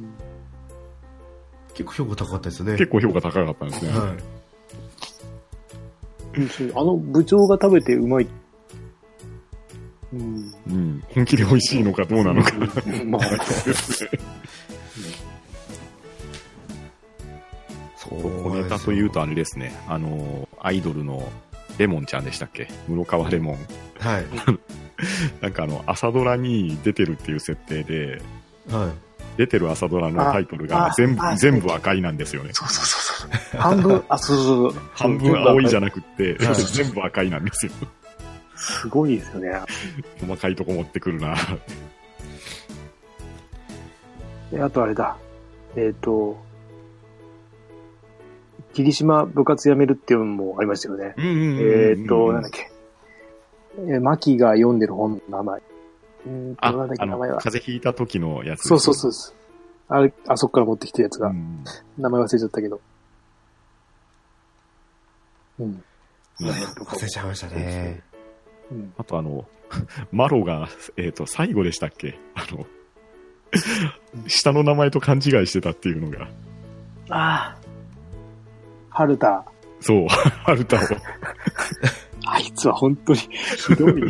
結構評価高かったですね。 結構評価高かったんですね。はい、 あの部長が食べてうまい。 うん、うん、本気で美味しいのかどうなのか。まあそう小ネタというとあれですね。あのアイドルのレモンちゃんでしたっけ、室川レモン。 はい。 なんかあの朝ドラに出てるっていう設定で、 はい、 出てる朝ドラのタイトルが全部全部赤いなんですよね。 そうそうそうそう。半分あそうそうそう。 半分青いじゃなくて全部赤いなんですよ。 すごいですよね。 細かいとこ持ってくるな。 であとあれだ。えっ、ー、と。霧島部活辞めるっていうのもありましたよね。えっと、なんだっけ。えー、マキが読んでる本の名前。 うんあ、なんだっけ名前は。風邪ひいた時のやつ。 そうそうそうそう。あれ、あそこから持ってきたやつが。名前忘れちゃったけど。 うん。忘れちゃいましたね。 うん、あとあの、マロが、えっ、ー、と、最後でしたっけあの、下の名前と勘違いしてたっていうのが。 ああ。ハルタ。 そう、ハルタを。 あいつは本当にひどい。うん、い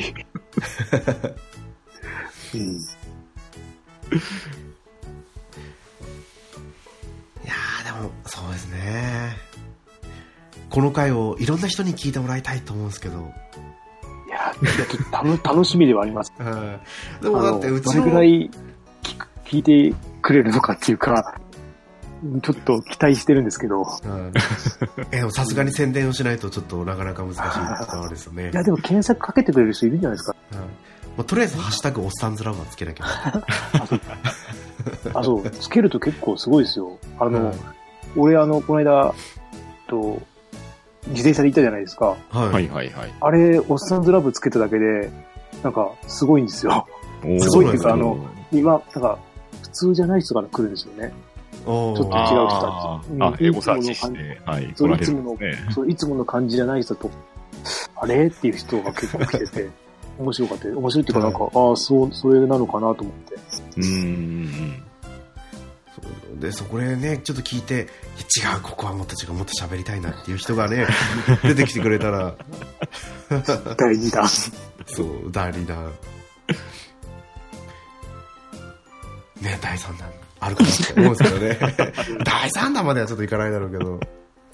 やーでもそうですね。この回をいろんな人に聞いてもらいたいと思うんですけど。 いやー楽しみではあります。 うん、でもだってうちのどれぐらい聞いてくれるのかっていうか。ちょっと期待してるんですけど。うん、 えでもさすがに宣伝をしないとちょっとなかなか難しいところですよね。 いやでも検索かけてくれる人いるんじゃないですか。うんまあ、とりあえずハッシュタグおっさんずラブはつけなきゃ。 あそうあそうつけると結構すごいですよ。あの、うん、俺あのこの間と自転車で行ったじゃないですか。 はいはいはい。 あれおっさんずラブつけただけでなんかすごいんですよ。すごいっていうかあの今なんか普通じゃない人から来るんですよね。ちょっと違う人たち。 あ、エゴサーチして、はい、 そういつもの、そう、いつもの感じじゃない人と、あれっていう人が結構来てて、面白かった。面白いっていうかなんか、ああ、そう、それなのかなと思って。 うーん。 そうで、そこでね、ちょっと聞いて、違う、ここはもっと違う、もっと喋りたいなっていう人がね、出てきてくれたら。 だいにだん。 そう、だいにだん。ね、だいさんだん。あるかなって思うんですけどね。だいさんだんまではちょっといかないだろうけど、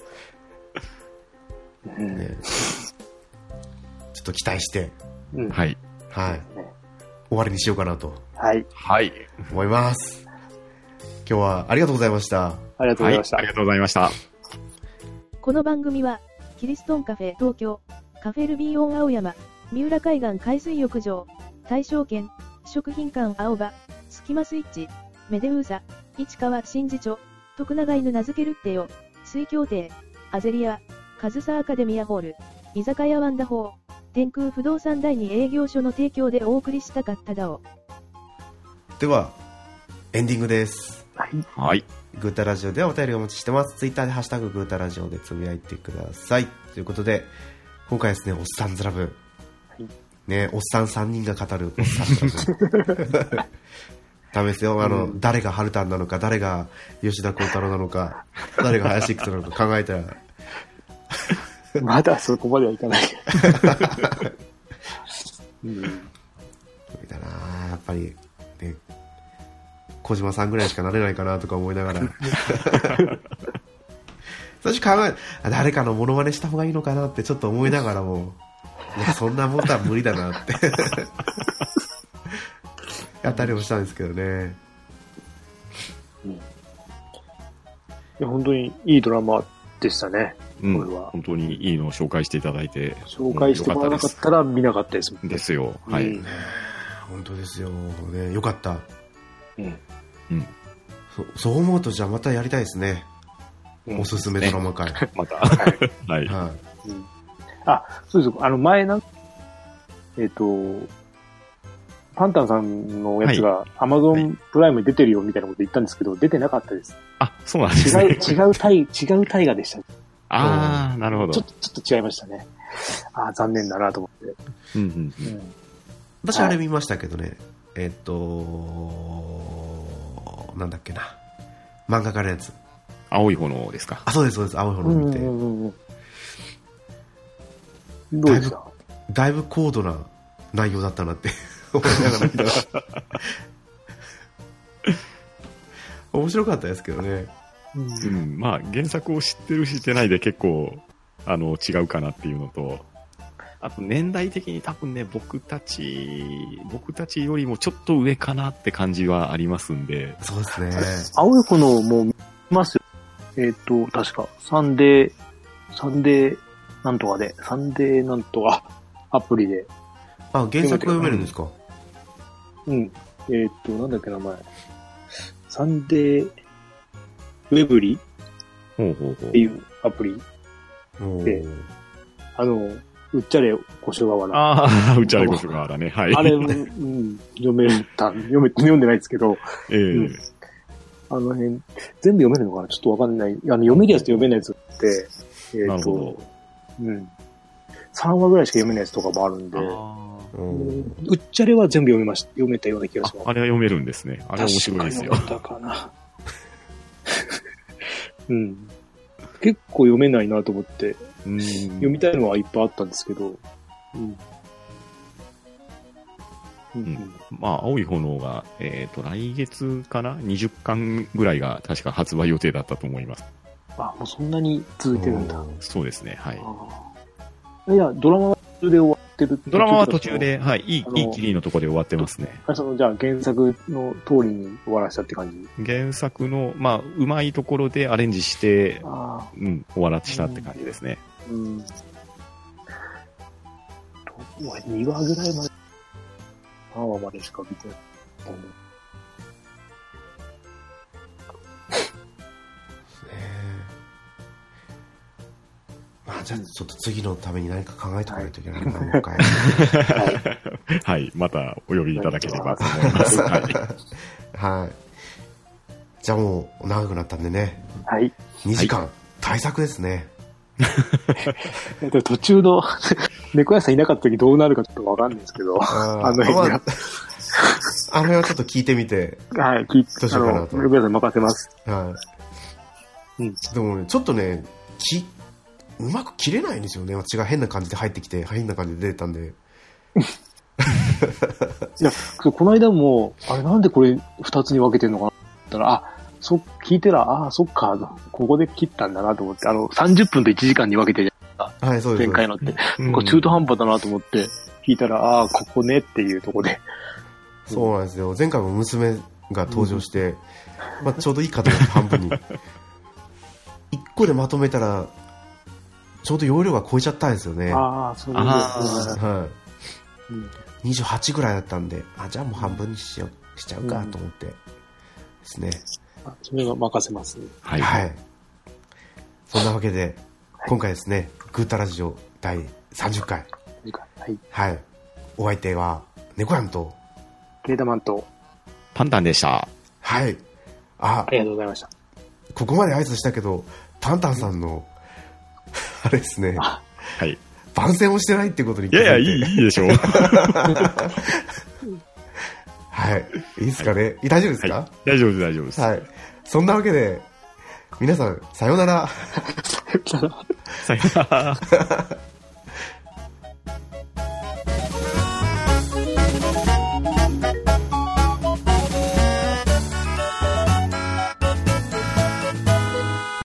ね、ちょっと期待して、 うん、はい、 はい、終わりにしようかなと、 はい、 はい、 思います。今日はありがとうございました。 ありがとうございました。 はい、ありがとうございました。 この番組はキリストンカフェ東京、カフェルビーオン青山、三浦海岸海水浴場、大正圏、食品館青葉、スキマスイッチ、メデウーサ、市川新次長、徳永犬名付けるってよ、水協定、アゼリア、カズサアカデミアホール、居酒屋ワンダホー、天空不動産第二営業所の提供でお送りしたかっただお。 では、エンディングです。 はい。 はい。 グータラジオではお便りをお待ちしてます。ツイッターでハッシュタググータラジオでつぶやいてください。ということで、今回ですね、おっさんずラブ。はい、ね、おっさんさんにんが語るおっさんずラブ。ダメですよ。あの、うん、誰がハルタンなのか、誰が吉田鋼太郎なのか、誰が林育人なのか考えたら。 まだそこまではいかない。うん。だなやっぱり、ね、小島さんぐらいしかなれないかなとか思いながら。私考え、誰かのモノマネした方がいいのかなってちょっと思いながらも、ね、そんなもんとは無理だなって。やったりもしたんですけどね。 うん、いや本当にいいドラマでしたね。 うん、これは本当にいいのを紹介していただいて、 紹介してもらわなかったら見なかったですもんね。ですよ。はい。うん、 本当ですよ。ね、よかった。 うん。 うん。 そ, そう思うとじゃあまたやりたいですね。うん、おすすめドラマ会。 ね、また。はい。はい。 はい、うん。あ、そうです。あの前なんえっ、ー、と。パンタンさんのやつが Amazon プライムに出てるよみたいなこと言ったんですけど、はい、出てなかったです。 あ、そうなんですね。 違う、違う大、違う大河でした。 ああ、なるほど。 ちょっと、ちょっと違いましたね。ああ、残念だなと思って。 うんうんうん。 私あれ見ましたけどね、えー、っと、なんだっけな。漫画家のやつ。 青い炎ですか。 あ、そうです、そうです。青い炎見て。うんうんうん、どうですか？ だいぶ高度な内容だったなって。思いながら見たら面白かったですけどね、 うんうん、まあ原作を知ってる知ってないで結構あの違うかなっていうのと、あと年代的に多分ね僕たち僕たちよりもちょっと上かなって感じはありますんで。 そうですね。 青い炎も見ますよ。えっ、ー、と確かサンデーサンデーなんとかでサンデーなんとかアプリで。 あ、原作が読めるんですか？ うん。えー、っと、なんだっけ名前。サンデーウェブリっていうアプリで、あの、うっちゃれこしょがわら。 ああ、うっちゃれこしょがわらね。はい。 あれ、うん、読めた、読め、読んでないですけど、 えーうん、 あの辺、全部読めるのかなちょっとわかんない。あの、読めるやつと読めないやつって、えー、っと、うん。さんわぐらいしか読めないやつとかもあるんで、うん、うっちゃれは全部読めました。読めたような気がします。 あ, あれは読めるんですね。あれは面白いですよ。 確かかな。うん。結構読めないなと思って、うん読みたいのはいっぱいあったんですけど、うん。 うんうん、まあ、青い炎が、えっと、来月かな ?にじゅっかんぐらいが確か発売予定だったと思います。 あ、もうそんなに続いてるんだ。 そうですね、はい。 いや、ドラマは途中で終わってる。 ドラマは途中で、はい、いい、いい切りのところで終わってますね。 その、じゃあ原作の通りに終わらせたって感じ？ 原作の、まあ、うまいところでアレンジして、うん、終わらせたって感じですね。うん。うん、 にわぐらいまで、さんわまでしか見てない。 まあ、じゃあちょっと次のために何か考えておかないといけないな、もう一回。 はい、またお呼びいただければと思います。はい。 はい。じゃあもう長くなったんでね。 はい。 にじかん、はい、大作ですね。 途中の猫屋さんいなかった時どうなるかちょっとわかんないですけど、あ, あの辺が。 あの辺はちょっと聞いてみて。 はい、聞いて、どうしようかなと。猫屋さん任せます。 はい。うん。でもね、ちょっとね、き、うまく切れないんですよね。私が変な感じで入ってきて、変な感じで出てたんで。 いや、この間も、あれなんでこれ二つに分けてるのかなって言ったら、あ、そ、聞いてら、ああ、そっか、ここで切ったんだなと思って、あの、さんじゅっぷんといちじかんに分けてるじゃないですか。 はい、そうです。 前回のって。うん、中途半端だなと思って、聞いたら、ああ、ここねっていうとこで。 そうなんですよ。前回も娘が登場して、うん、まあちょうどいいかと思って半分に。一個でまとめたら、ちょうど容量が超えちゃったんですよね。 ああ、そういうことですね。はい。 うん、にじゅうはちぐらいだったんで、あ、じゃあもう半分にしよう、しちゃうかと思ってですね。 うん、それが任せます。 はい。はい。そんなわけで、はい、今回ですね、グータラジオだいさんじゅっかい。 はい。 はい。お相手は、猫やんと、 ケータマンと、 パンタンでした。 はい。 あ、 ありがとうございました。 ここまで挨拶したけど、タンタンさんの、あれですね。 はい。 番宣をしてないってことに気づいて。いやいや、いい、いいでしょう。 はい。いいですかね、はい、大丈夫ですか、 はい、大丈夫です、大丈夫です。 はい。そんなわけで、皆さん、さようなら。 さようなら。 さようなら。